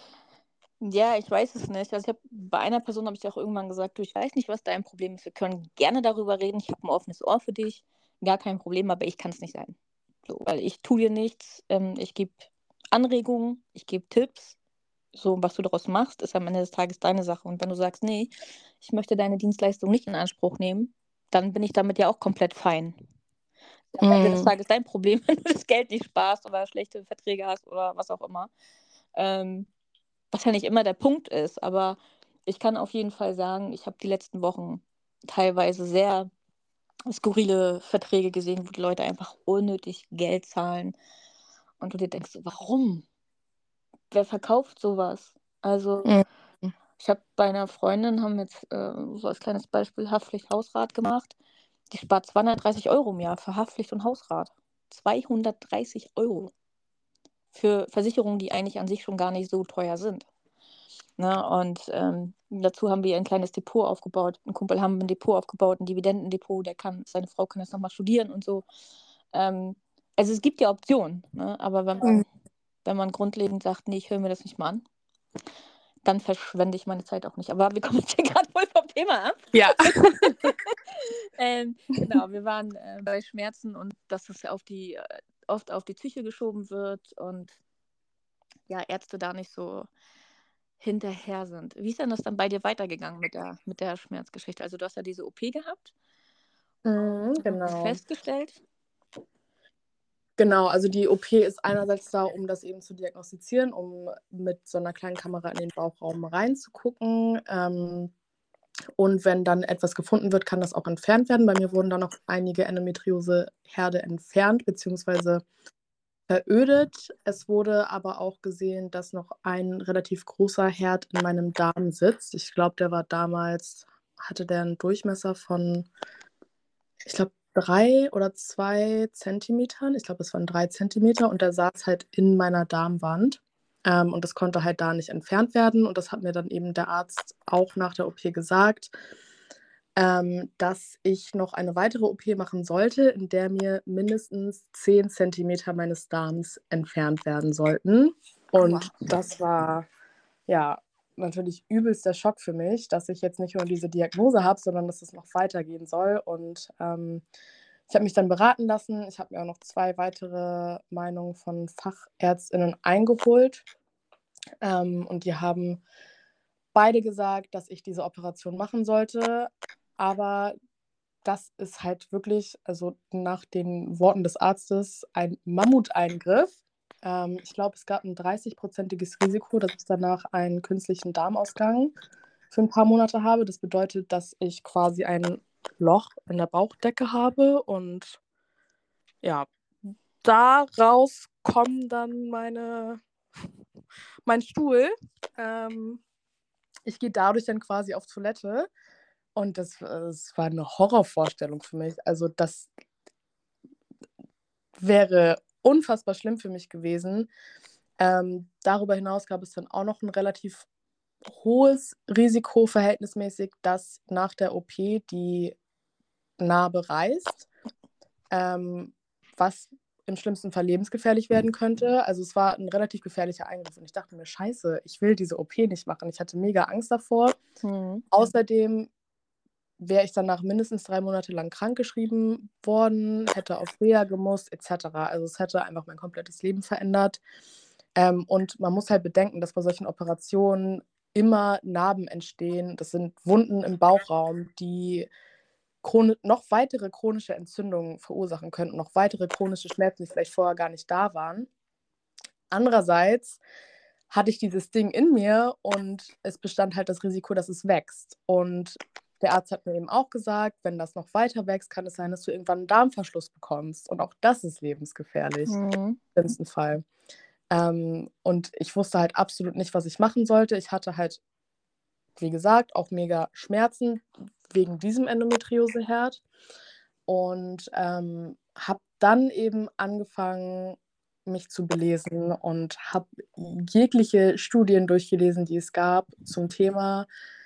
Ja, ich weiß es nicht. Also ich habe bei einer Person habe ich auch irgendwann gesagt, du, ich weiß nicht, was dein Problem ist. Wir können gerne darüber reden. Ich habe ein offenes Ohr für dich. Gar kein Problem, aber ich kann es nicht sein. So, weil ich tue dir nichts. Ähm, ich gebe Anregungen, ich gebe Tipps. So, was du daraus machst, ist am Ende des Tages deine Sache. Und wenn du sagst, nee, ich möchte deine Dienstleistung nicht in Anspruch nehmen, dann bin ich damit ja auch komplett fein. Am Ende des Mm. Tages dein Problem, wenn du das Geld nicht sparst oder schlechte Verträge hast oder was auch immer. Ähm, was ja nicht immer der Punkt ist, aber ich kann auf jeden Fall sagen, ich habe die letzten Wochen teilweise sehr skurrile Verträge gesehen, wo die Leute einfach unnötig Geld zahlen und du dir denkst, so, warum? Wer verkauft sowas? Also Mm. ich habe bei einer Freundin, haben wir jetzt äh, so als kleines Beispiel Haftpflicht Hausrat gemacht. Die spart zweihundertdreißig Euro im Jahr für Haftpflicht und Hausrat. zweihundertdreißig Euro für Versicherungen, die eigentlich an sich schon gar nicht so teuer sind. Ne? Und ähm, dazu haben wir ein kleines Depot aufgebaut. Ein Kumpel haben ein Depot aufgebaut, ein Dividendendepot, der kann, seine Frau kann jetzt nochmal studieren und so. Ähm, also es gibt ja Optionen, ne? Aber wenn Mm. man, wenn man grundlegend sagt, nee, ich höre mir das nicht mal an, dann verschwende ich meine Zeit auch nicht. Aber wir kommen jetzt hier gerade voll vom Thema ab. Ja. ähm, genau, wir waren äh, bei Schmerzen und dass es auf die, äh, oft auf die Psyche geschoben wird und ja, Ärzte da nicht so hinterher sind. Wie ist denn das dann bei dir weitergegangen mit der, mit der Schmerzgeschichte? Also du hast ja diese O P gehabt. Mm, Was ist genau. festgestellt? Genau, also die O P ist einerseits da, um das eben zu diagnostizieren, um mit so einer kleinen Kamera in den Bauchraum reinzugucken. Ähm, und wenn dann etwas gefunden wird, kann das auch entfernt werden. Bei mir wurden dann noch einige Endometrioseherde entfernt bzw. verödet. Es wurde aber auch gesehen, dass noch ein relativ großer Herd in meinem Darm sitzt. Ich glaube, der war damals, hatte der einen Durchmesser von, ich glaube, drei oder zwei Zentimetern. Ich glaube, es waren drei Zentimeter und der saß halt in meiner Darmwand. Ähm, und das konnte halt da nicht entfernt werden. Und das hat mir dann eben der Arzt auch nach der O P gesagt, ähm, dass ich noch eine weitere O P machen sollte, in der mir mindestens zehn Zentimeter meines Darms entfernt werden sollten. Und Wow. das war ja natürlich übelster Schock für mich, dass ich jetzt nicht nur diese Diagnose habe, sondern dass es noch weitergehen soll. Und ähm, ich habe mich dann beraten lassen. Ich habe mir auch noch zwei weitere Meinungen von FachärztInnen eingeholt. Ähm, und die haben beide gesagt, dass ich diese Operation machen sollte, aber das ist halt wirklich, also nach den Worten des Arztes, ein Mammuteingriff. Ähm, ich glaube, es gab ein dreißig-prozentiges Risiko, dass ich danach einen künstlichen Darmausgang für ein paar Monate habe. Das bedeutet, dass ich quasi ein Loch in der Bauchdecke habe und ja, daraus kommen dann meine, mein Stuhl. Ähm, ich gehe dadurch dann quasi auf Toilette und das, das war eine Horrorvorstellung für mich. Also das wäre unfassbar schlimm für mich gewesen. Ähm, darüber hinaus gab es dann auch noch ein relativ hohes Risiko verhältnismäßig, dass nach der O P die Narbe reißt, ähm, was im schlimmsten Fall lebensgefährlich werden könnte. Also es war ein relativ gefährlicher Eingriff und ich dachte mir, scheiße, ich will diese O P nicht machen. Ich hatte mega Angst davor. Mhm. Außerdem wäre ich danach mindestens drei Monate lang krankgeschrieben worden, hätte auf Reha gemusst, et cetera. Also es hätte einfach mein komplettes Leben verändert. Ähm, und man muss halt bedenken, dass bei solchen Operationen immer Narben entstehen. Das sind Wunden im Bauchraum, die chron- noch weitere chronische Entzündungen verursachen könnten, noch weitere chronische Schmerzen, die vielleicht vorher gar nicht da waren. Andererseits hatte ich dieses Ding in mir und es bestand halt das Risiko, dass es wächst. Und der Arzt hat mir eben auch gesagt, wenn das noch weiter wächst, kann es sein, dass du irgendwann einen Darmverschluss bekommst. Und auch das ist lebensgefährlich, Mhm. im schlimmsten Fall. Ähm, und ich wusste halt absolut nicht, was ich machen sollte. Ich hatte halt, wie gesagt, auch mega Schmerzen wegen diesem Endometrioseherd und ähm, habe dann eben angefangen, mich zu belesen und habe jegliche Studien durchgelesen, die es gab zum Thema,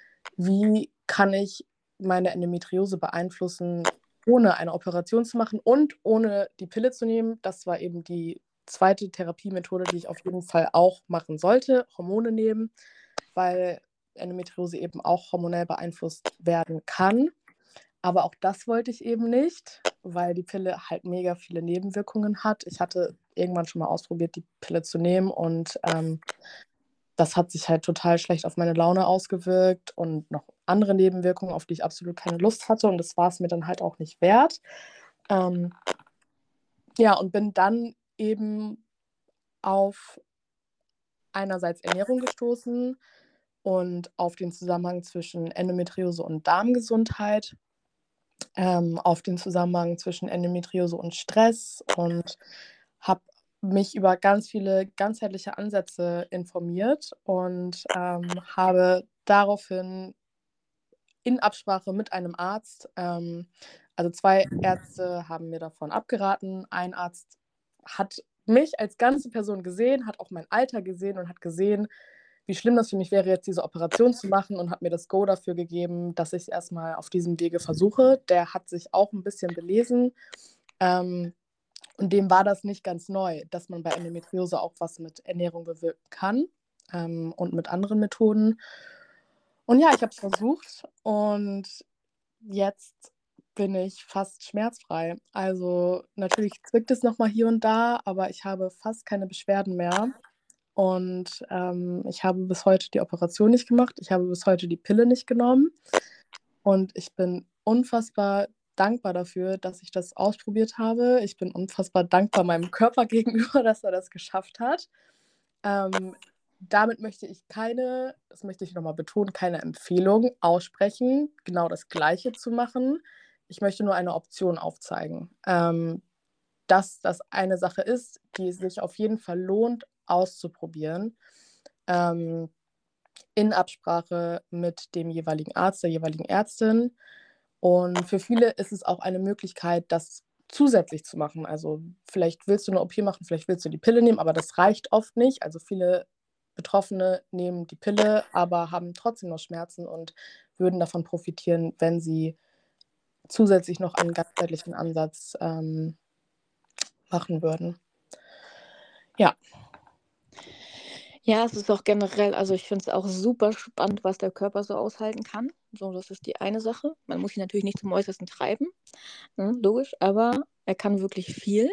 wie kann ich meine Endometriose beeinflussen, ohne eine Operation zu machen und ohne die Pille zu nehmen. Das war eben die zweite Therapiemethode, die ich auf jeden Fall auch machen sollte, Hormone nehmen, weil Endometriose eben auch hormonell beeinflusst werden kann. Aber auch das wollte ich eben nicht, weil die Pille halt mega viele Nebenwirkungen hat. Ich hatte irgendwann schon mal ausprobiert, die Pille zu nehmen und ähm, das hat sich halt total schlecht auf meine Laune ausgewirkt und noch andere Nebenwirkungen, auf die ich absolut keine Lust hatte und das war es mir dann halt auch nicht wert. Ähm, ja, und bin dann eben auf einerseits Ernährung gestoßen und auf den Zusammenhang zwischen Endometriose und Darmgesundheit, ähm, auf den Zusammenhang zwischen Endometriose und Stress und habe mich über ganz viele ganzheitliche Ansätze informiert und ähm, habe daraufhin in Absprache mit einem Arzt, ähm, also zwei Ärzte haben mir davon abgeraten. Ein Arzt hat mich als ganze Person gesehen, hat auch mein Alter gesehen und hat gesehen, wie schlimm das für mich wäre, jetzt diese Operation zu machen und hat mir das Go dafür gegeben, dass ich es erstmal auf diesem Wege versuche. Der hat sich auch ein bisschen belesen. Ähm, und dem war das nicht ganz neu, dass man bei Endometriose auch was mit Ernährung bewirken kann ähm, und mit anderen Methoden. Und ja, ich habe es versucht und jetzt bin ich fast schmerzfrei. Also natürlich zwickt es nochmal hier und da, aber ich habe fast keine Beschwerden mehr. Und ähm, ich habe bis heute die Operation nicht gemacht. Ich habe bis heute die Pille nicht genommen. Und ich bin unfassbar dankbar dafür, dass ich das ausprobiert habe. Ich bin unfassbar dankbar meinem Körper gegenüber, dass er das geschafft hat. Ähm, damit möchte ich keine, das möchte ich nochmal betonen, keine Empfehlung aussprechen, genau das Gleiche zu machen. Ich möchte nur eine Option aufzeigen, ähm, dass das eine Sache ist, die sich auf jeden Fall lohnt, auszuprobieren, ähm, in Absprache mit dem jeweiligen Arzt, der jeweiligen Ärztin. Und für viele ist es auch eine Möglichkeit, das zusätzlich zu machen. Also vielleicht willst du eine O P machen, vielleicht willst du die Pille nehmen, aber das reicht oft nicht. Also viele Betroffene nehmen die Pille, aber haben trotzdem noch Schmerzen und würden davon profitieren, wenn sie zusätzlich noch einen ganzheitlichen Ansatz ähm, machen würden. Ja. Ja, es ist auch generell, also ich finde es auch super spannend, was der Körper so aushalten kann. So, das ist die eine Sache. Man muss ihn natürlich nicht zum Äußersten treiben, ne, logisch, aber er kann wirklich viel.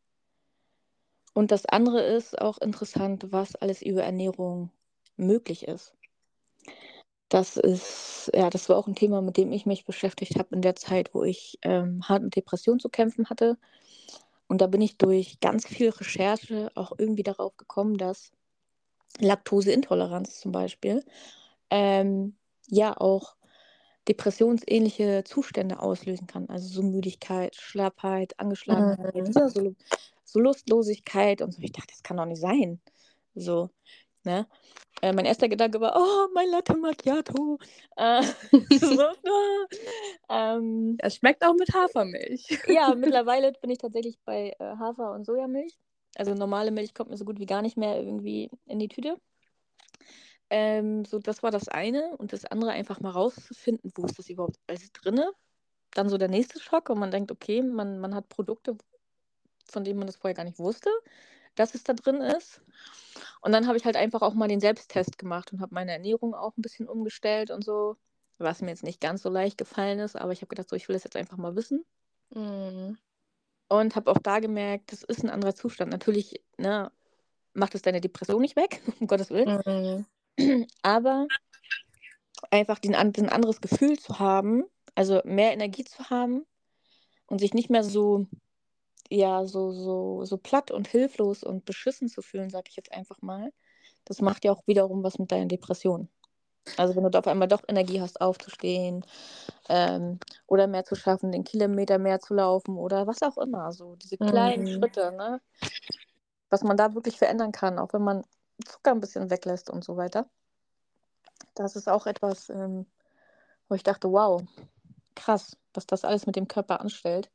Und das andere ist auch interessant, was alles über Ernährung möglich ist. Das ist ja, das war auch ein Thema, mit dem ich mich beschäftigt habe in der Zeit, wo ich, ähm, hart mit Depressionen zu kämpfen hatte. Und da bin ich durch ganz viel Recherche auch irgendwie darauf gekommen, dass Laktoseintoleranz zum Beispiel, ähm, ja auch depressionsähnliche Zustände auslösen kann. Also so Müdigkeit, Schlappheit, Angeschlagenheit, Mhm. ne, so so Lustlosigkeit und so. Ich dachte: „Das kann doch nicht sein." So, ne? Äh, mein erster Gedanke war: „Oh, mein Latte Macchiato." Äh, so, ah, ähm, Es schmeckt auch mit Hafermilch. ja, mittlerweile bin ich tatsächlich bei, äh, Hafer und Sojamilch. Also normale Milch kommt mir so gut wie gar nicht mehr irgendwie in die Tüte. Ähm, so, das war das eine und das andere einfach mal rauszufinden, wo ist das überhaupt alles drinne? Dann so der nächste Schock und man denkt, okay, man man hat Produkte, von denen man das vorher gar nicht wusste, dass es da drin ist. Und dann habe ich halt einfach auch mal den Selbsttest gemacht und habe meine Ernährung auch ein bisschen umgestellt und so, was mir jetzt nicht ganz so leicht gefallen ist, aber ich habe gedacht, so, ich will das jetzt einfach mal wissen Mhm. und habe auch da gemerkt, das ist ein anderer Zustand. Natürlich, ne, macht es deine Depression nicht weg, um Gottes Willen, Mhm. aber einfach den an 'n anderes Gefühl zu haben, also mehr Energie zu haben und sich nicht mehr so ja, so so so platt und hilflos und beschissen zu fühlen, sage ich jetzt einfach mal. Das macht ja auch wiederum was mit deinen Depressionen. Also, wenn du da auf einmal doch Energie hast, aufzustehen, ähm, oder mehr zu schaffen, den Kilometer mehr zu laufen oder was auch immer, so diese kleinen Mhm. Schritte, ne? Was man da wirklich verändern kann, auch wenn man Zucker 'n bisschen weglässt und so weiter. Das ist auch etwas, ähm, wo ich dachte: „Wow, krass, was das alles mit dem Körper anstellt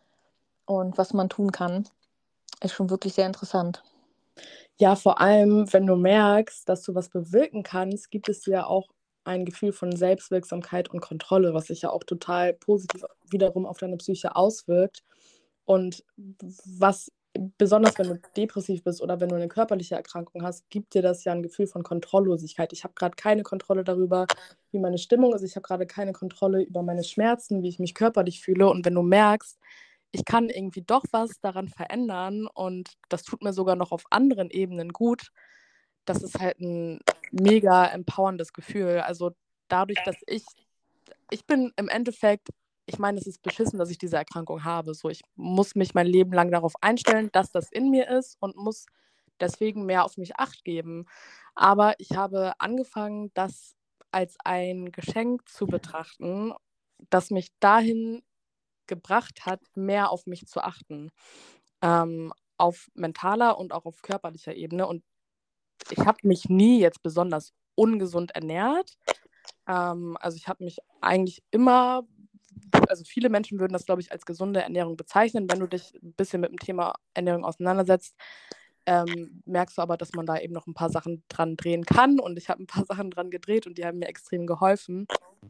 und was man tun kann, ist schon wirklich sehr interessant." Ja, vor allem, wenn du merkst, dass du was bewirken kannst, gibt es dir auch ein Gefühl von Selbstwirksamkeit und Kontrolle, was sich ja auch total positiv wiederum auf deine Psyche auswirkt. Und w was besonders wenn du depressiv bist oder wenn du eine körperliche Erkrankung hast, gibt dir das ja ein Gefühl von Kontrolllosigkeit. Ich habe gerade keine Kontrolle darüber, wie meine Stimmung ist. Ich habe gerade keine Kontrolle über meine Schmerzen, wie ich mich körperlich fühle. Und wenn du merkst, ich kann irgendwie doch was daran verändern und das tut mir sogar noch auf anderen Ebenen gut. Das ist halt 'n mega empowerndes Gefühl. Also, dadurch, dass ich ich bin im Endeffekt ich meine, es ist beschissen, dass ich diese Erkrankung habe. So, ich muss mich mein Leben lang darauf einstellen, dass das in mir ist und muss deswegen mehr auf mich Acht geben. Aber ich habe angefangen, das als ein Geschenk zu betrachten, das mich dahin gebracht hat, mehr auf mich zu achten, ähm, auf mentaler und auch auf körperlicher Ebene. Und ich habe mich nie jetzt besonders ungesund ernährt. Ähm, also, ich habe mich eigentlich immer also, viele Menschen würden das, glaube ich, als gesunde Ernährung bezeichnen. Wenn du dich 'n bisschen mit dem Thema Ernährung auseinandersetzt, ähm, merkst du aber, dass man da eben noch 'n paar Sachen dran drehen kann. Und ich habe 'n paar Sachen dran gedreht und die haben mir extrem geholfen.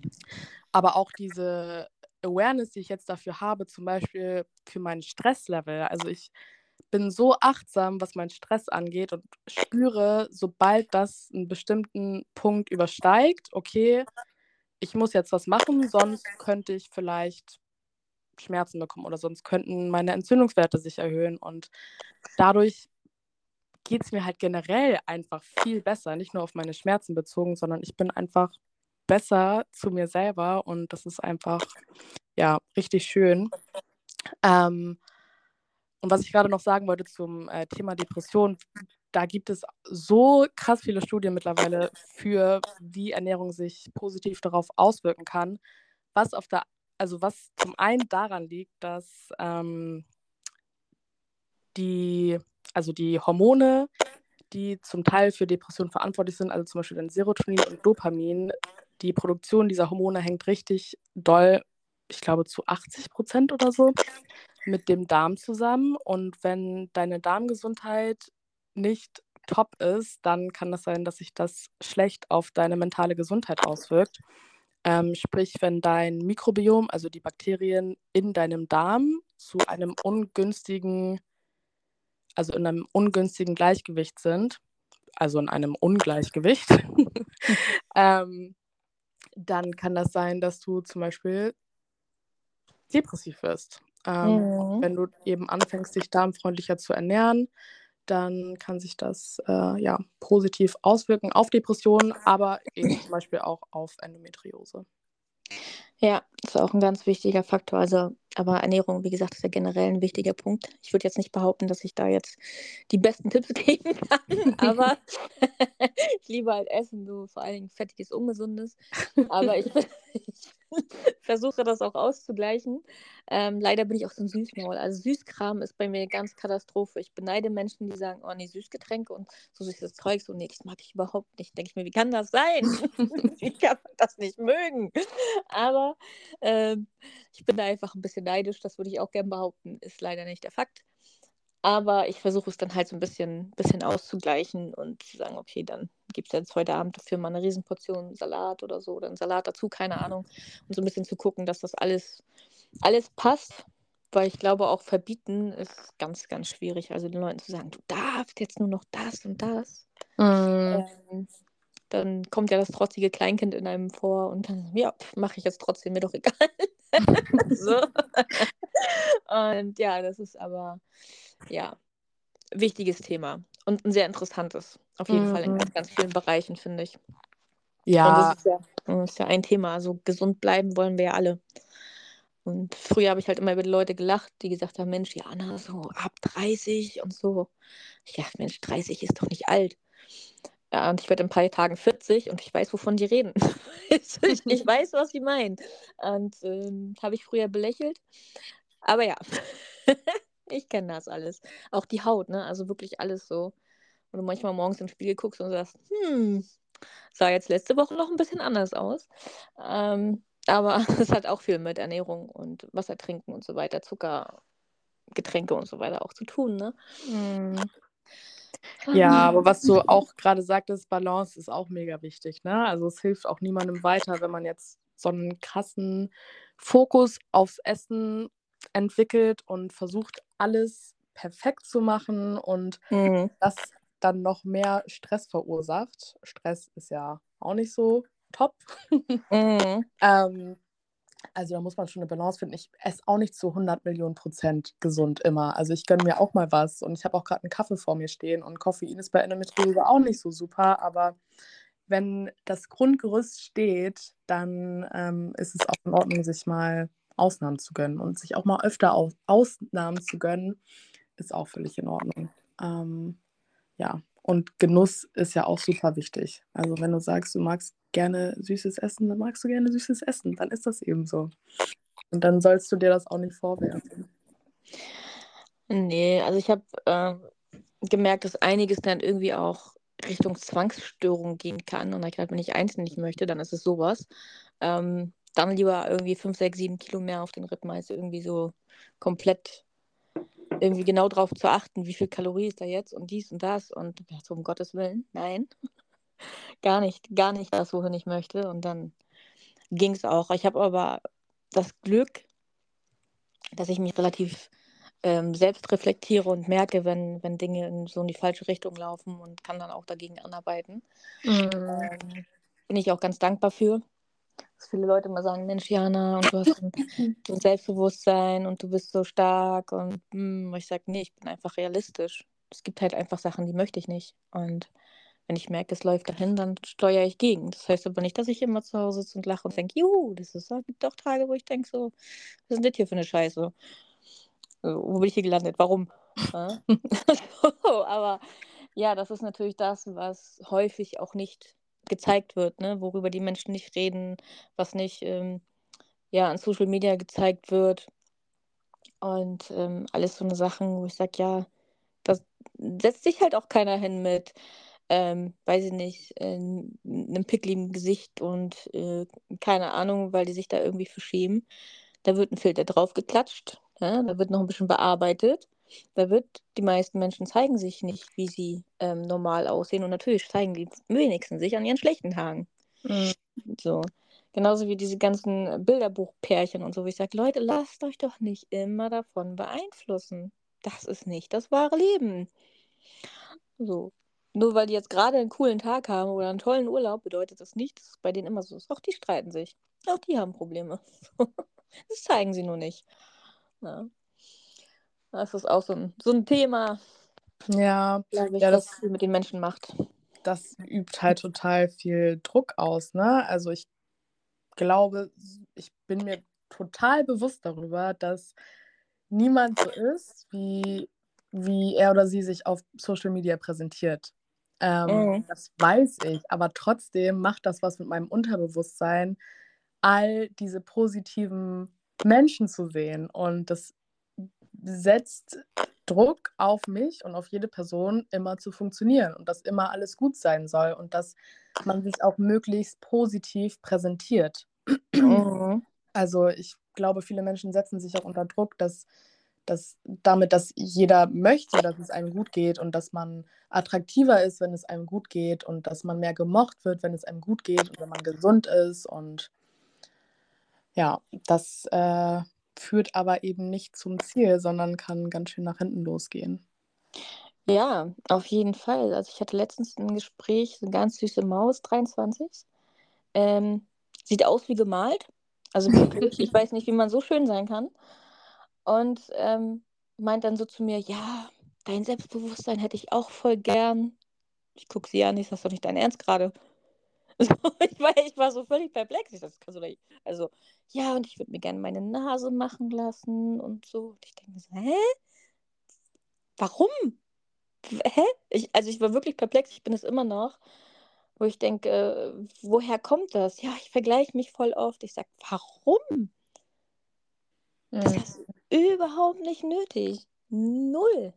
Aber auch diese Awareness, die ich jetzt dafür habe, zum Beispiel für mein Stresslevel. Also, ich bin so achtsam, was meinen Stress angeht und spüre, sobald das 'n bestimmten Punkt übersteigt: „Okay, ich muss jetzt was machen, sonst könnte ich vielleicht Schmerzen bekommen oder sonst könnten meine Entzündungswerte sich erhöhen." Und dadurch geht's mir halt generell einfach viel besser, nicht nur auf meine Schmerzen bezogen, sondern ich bin einfach besser zu mir selber und das ist einfach, ja, richtig schön. Ähm, und was ich grade noch sagen wollte zum, äh, Thema Depression, da gibt es so krass viele Studien mittlerweile für, wie Ernährung sich positiv darauf auswirken kann, was auf der also, was zum einen daran liegt, dass, ähm, die also, die Hormone, die zum Teil für Depressionen verantwortlich sind, also, zum Beispiel dann Serotonin und Dopamin, die Produktion dieser Hormone hängt richtig doll, ich glaube, zu achtzig oder so, mit dem Darm zusammen. Und wenn deine Darmgesundheit nicht top ist, dann kann das sein, dass sich das schlecht auf deine mentale Gesundheit auswirkt. Ähm, sprich, wenn dein Mikrobiom, also die Bakterien in deinem Darm zu einem ungünstigen also in einem ungünstigen Gleichgewicht sind, also in einem Ungleichgewicht, ähm, dann kann das sein, dass du zum Beispiel depressiv wirst. Ähm, Mhm. wenn du eben anfängst, dich darmfreundlicher zu ernähren, dann kann sich das äh, ja, positiv auswirken auf Depressionen, aber eben zum Beispiel auch auf Endometriose. Ja, ist auch ein ganz wichtiger Faktor. Also, aber Ernährung, wie gesagt, ist ja generell ein wichtiger Punkt. Ich würde jetzt nicht behaupten, dass ich da jetzt die besten Tipps geben kann, aber ich liebe halt Essen, so vor allen Dingen Fettiges, Ungesundes. Aber ich ich versuche das auch auszugleichen. Ähm, leider bin ich auch so 'n Süßmaul. Also, Süßkram ist bei mir ganz Katastrophe. Ich beneide Menschen, die sagen: „Oh ne, Süßgetränke und so süßes Zeug, so ne, das mag ich überhaupt nicht.“ Denke ich mir: „Wie kann das sein? Wie kann man das nicht mögen?“ Aber, ähm, ich bin da einfach 'n bisschen neidisch, das würde ich auch gern behaupten, ist leider nicht der Fakt. Aber ich versuche es dann halt so 'n bisschen bisschen auszugleichen und zu sagen: „Okay, dann gibt's jetzt heute Abend dafür mal 'ne Riesenportion Salat oder so oder 'n Salat dazu“, keine Ahnung. Und so 'n bisschen zu gucken, dass das alles alles passt, weil ich glaube, auch verbieten ist ganz, ganz schwierig. Also, den Leuten zu sagen: „Du darfst jetzt nur noch das und das.“ Mhm. Ähm, dann kommt ja das trotzige Kleinkind in einem vor und dann: „Ja, mache ich jetzt trotzdem, mir doch egal.“ So. Und ja, das ist aber, ja, wichtiges Thema und 'n sehr interessantes. Auf jeden Fall in Mhm. ganz, ganz vielen Bereichen, finde ich. Und das Ja. ist ja äh, ist ja ein Thema. Also, gesund bleiben wollen wir ja alle. Und früher habe ich halt immer über die Leute gelacht, die gesagt haben: „Mensch, Jana, so ab dreißig und so.“ Ich dachte: „Mensch, dreißig ist doch nicht alt.“ Ja, und ich werde in 'n paar Tagen vierzig und ich weiß, wovon die reden. Weißt du, ich ich weiß, was sie meinen. Und, ähm, habe ich früher belächelt. Aber ja, ich kenne das alles. Auch die Haut, ne? Also, wirklich alles so, wo du manchmal morgens in 'n Spiegel guckst und sagst: „Hm, sah jetzt letzte Woche noch 'n bisschen anders aus.“ Ähm, aber es hat auch viel mit Ernährung und Wasser trinken und so weiter, Zucker, Getränke und so weiter auch zu tun, ne? Mhm. Ja, aber was du auch grade sagtest, Balance ist auch mega wichtig, ne? Also, es hilft auch niemandem weiter, wenn man jetzt so 'n krassen Fokus aufs Essen entwickelt und versucht, alles perfekt zu machen und Mhm. das dann noch mehr Stress verursacht. Stress ist ja auch nicht so top. Mhm. Ähm, also, da muss man schon 'ne Balance finden. Ich esse auch nicht zu hundert Millionen Prozent gesund immer. Also, ich gönne mir auch mal was und ich habe auch grad 'n Kaffee vor mir stehen und Koffein ist bei Endometriose auch nicht so super, aber wenn das Grundgerüst steht, dann, ähm, ist es auch in Ordnung, sich mal Ausnahmen zu gönnen und sich auch mal öfter Au Ausnahmen zu gönnen, ist auch völlig in Ordnung. Ähm, ja, und Genuss ist ja auch super wichtig. Also, wenn du sagst, du magst gerne süßes Essen, dann magst du gerne süßes Essen, dann ist das eben so. Und dann sollst du dir das auch nicht vorwerfen. Ne, also ich habe, ähm, gemerkt, dass einiges dann irgendwie auch Richtung Zwangsstörung gehen kann. Und da habe ich gedacht, wenn ich eins nicht möchte, dann ist es so was. Ähm, dann lieber irgendwie fünf, sechs, sieben Kilo mehr auf den Rippen, als irgendwie so komplett irgendwie genau drauf zu achten, wie viel Kalorie ist da jetzt und dies und das und ja, so um Gottes Willen, nein, gar nicht gar nicht das, wohin ich möchte. Und dann ging's auch. Ich habe aber das Glück, dass ich mich relativ, ähm, selbst reflektiere und merke, wenn wenn Dinge in so in die falsche Richtung laufen und kann dann auch dagegen anarbeiten. Mhm. Ähm, bin ich auch ganz dankbar für, dass viele Leute immer sagen: „Mensch, Jana, und du hast so 'n so 'n Selbstbewusstsein und du bist so stark“ und, hm, ich sage: „Ne, ich bin einfach realistisch. Es gibt halt einfach Sachen, die möchte ich nicht. Und wenn ich merke, es läuft dahin, dann steuere ich gegen. Das heißt aber nicht, dass ich immer zu Hause sitze und lache und denke: „Juhu, das ist ja gibt auch Tage, wo ich denke so: Was ist 'n das hier für 'ne Scheiße? Äh, wo bin ich hier gelandet? Warum?“ Ne? So, aber ja, das ist natürlich das, was häufig auch nicht gezeigt wird, ne, worüber die Menschen nicht reden, was nicht, ähm, ja, an Social Media gezeigt wird. Und, ähm, alles so 'ne Sachen, wo ich sage: „Ja, das setzt sich halt auch keiner hin mit, ähm, weiß ich nicht, äh, 'n 'nem Pickel im Gesicht und, äh, keine Ahnung, weil die sich da irgendwie für schämen. Da wird 'n Filter draufgeklatscht, ne? Da wird noch 'n bisschen bearbeitet. Da wird die meisten Menschen zeigen sich nicht, wie sie, ähm, normal aussehen und natürlich zeigen die wenigsten sich an ihren schlechten Tagen. Mhm. So. Genauso wie diese ganzen Bilderbuchpärchen und so, wo ich sage: „Leute, lasst euch doch nicht immer davon beeinflussen. Das ist nicht das wahre Leben.“ So. Nur weil die jetzt grade 'n coolen Tag haben oder 'n tollen Urlaub, bedeutet das nicht, dass es bei denen immer so ist. Auch die streiten sich. Auch die haben Probleme. Das zeigen sie nur nicht, ne? Das ist auch so 'n so 'n Thema. Ja, glaube ich, ja, was das viel mit den Menschen macht. das übt halt total viel Druck aus, ne? Also, ich glaube, ich bin mir total bewusst darüber, dass niemand so ist, wie wie er oder sie sich auf Social Media präsentiert. Ähm, Mhm. das weiß ich, aber trotzdem macht das was mit meinem Unterbewusstsein, all diese positiven Menschen zu sehen. Und das setzt Druck auf mich und auf jede Person, immer zu funktionieren und dass immer alles gut sein soll und dass man sich auch möglichst positiv präsentiert. Mhm. Also, ich glaube, viele Menschen setzen sich auch unter Druck, dass dass damit, dass jeder möchte, dass es einem gut geht und dass man attraktiver ist, wenn es einem gut geht und dass man mehr gemocht wird, wenn es einem gut geht und wenn man gesund ist. Und ja, das, äh, führt aber eben nicht zum Ziel, sondern kann ganz schön nach hinten losgehen. Ja, auf jeden Fall. Also, ich hatte letztens ein Gespräch, so 'ne ganz süße Maus, dreiundzwanzig, ähm, sieht aus wie gemalt. Also, wirklich, ich weiß nicht, wie man so schön sein kann. Und, ähm, meint dann so zu mir: „Ja, dein Selbstbewusstsein hätte ich auch voll gern.“ Ich gucke sie an, ich sage: „Das ist doch nicht dein Ernst grade?“ So, ich war ich war so völlig perplex. Ich sage: „Das kannst du doch nicht“, also: „Ja, und ich würde mir gerne meine Nase machen lassen und so.“ Und ich denke mir so: „Hä? Warum? W hä?“ Ich also, ich war wirklich perplex, ich bin es immer noch, wo ich denke: äh, „Woher kommt das?“ „Ja, ich vergleiche mich voll oft.“ Ich sage: „Warum? Das Mhm. hast du überhaupt nicht nötig. Null.“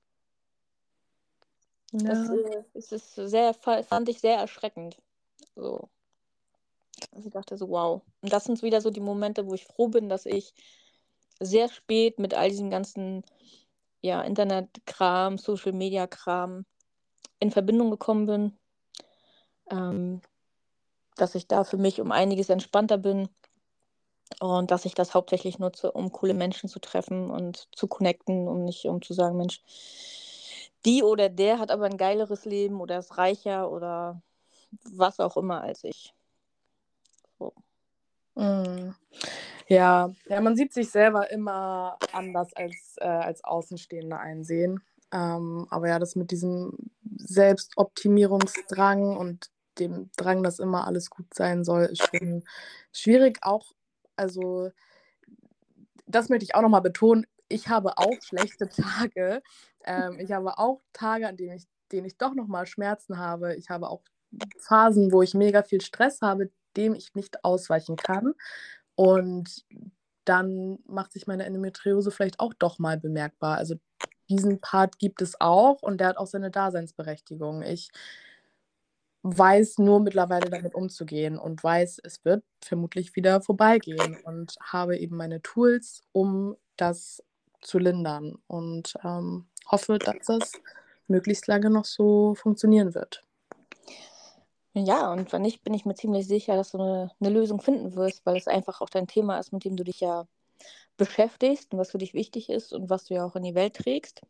Das, Ja. äh, es ist sehr fa fand ich sehr erschreckend, so. Also, ich dachte so: „Wow.“ Und das sind wieder so die Momente, wo ich froh bin, dass ich sehr spät mit all diesem ganzen, ja, Internetkram, Social-Media-Kram in Verbindung gekommen bin, ähm, dass ich da für mich um einiges entspannter bin und dass ich das hauptsächlich nutze, um coole Menschen zu treffen und zu connecten und nicht um zu sagen: „Mensch, die oder der hat aber ein geileres Leben oder ist reicher“ oder was auch immer als ich. So. Mhm. Ja, ja, man sieht sich selber immer anders als, äh, als Außenstehende einsehen. Ähm, aber ja, das mit diesem Selbstoptimierungsdrang und dem Drang, dass immer alles gut sein soll, ist schon schwierig. Auch, also, das möchte ich auch noch mal betonen, ich habe auch schlechte Tage. Ähm, ich habe auch Tage, an denen ich denen ich doch noch mal Schmerzen habe. Ich habe auch Phasen, wo ich mega viel Stress habe, dem ich nicht ausweichen kann. Und dann macht sich meine Endometriose vielleicht auch doch mal bemerkbar. Also, diesen Part gibt es auch und der hat auch seine Daseinsberechtigung. Ich weiß nur mittlerweile damit umzugehen und weiß, es wird vermutlich wieder vorbeigehen und habe eben meine Tools, um das zu lindern und, ähm, hoffe, dass das möglichst lange noch so funktionieren wird. Ja, und wenn nicht, bin ich mir ziemlich sicher, dass du eine 'ne Lösung finden wirst, weil es einfach auch dein Thema ist, mit dem du dich ja beschäftigst und was für dich wichtig ist und was du ja auch in die Welt trägst.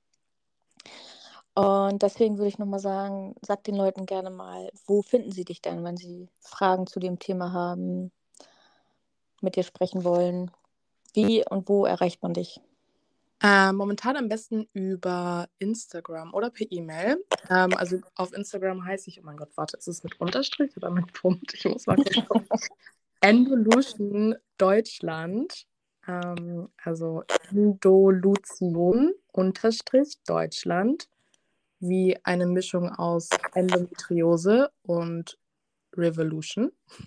Und deswegen würde ich noch mal sagen, sag den Leuten gerne mal, wo finden sie dich denn, wenn sie Fragen zu dem Thema haben, mit dir sprechen wollen? Wie und wo erreicht man dich? Ähm, momentan am besten über Instagram oder per E-Mail. Ähm, also, auf Instagram heiße ich, oh mein Gott, warte, ist es mit Unterstrich oder mit Punkt? Ich muss mal kurz gucken. Endolution Deutschland, ähm, also Endolution Unterstrich Deutschland, wie eine Mischung aus Endometriose und Revolution.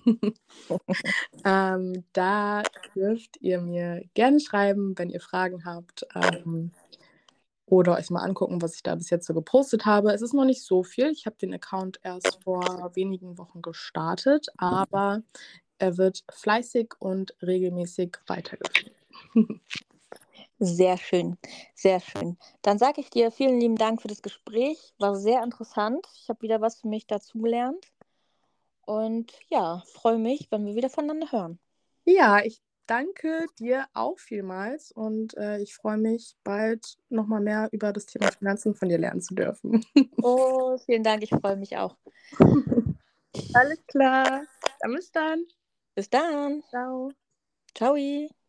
Ähm, da dürft ihr mir gerne schreiben, wenn ihr Fragen habt, ähm, oder euch mal angucken, was ich da bis jetzt so gepostet habe. Es ist noch nicht so viel. Ich habe den Account erst vor wenigen Wochen gestartet, aber er wird fleißig und regelmäßig weitergeführt. Sehr schön, sehr schön. Dann sage ich dir vielen lieben Dank für das Gespräch. War sehr interessant. Ich habe wieder was für mich dazugelernt und ja, freue mich, wenn wir wieder voneinander hören. Ja, ich danke dir auch vielmals und, äh, ich freue mich, bald noch mal mehr über das Thema Finanzen von dir lernen zu dürfen. Oh, vielen Dank, ich freue mich auch. Alles klar. Dann bis dann. Bis dann. Tschau. Tschau.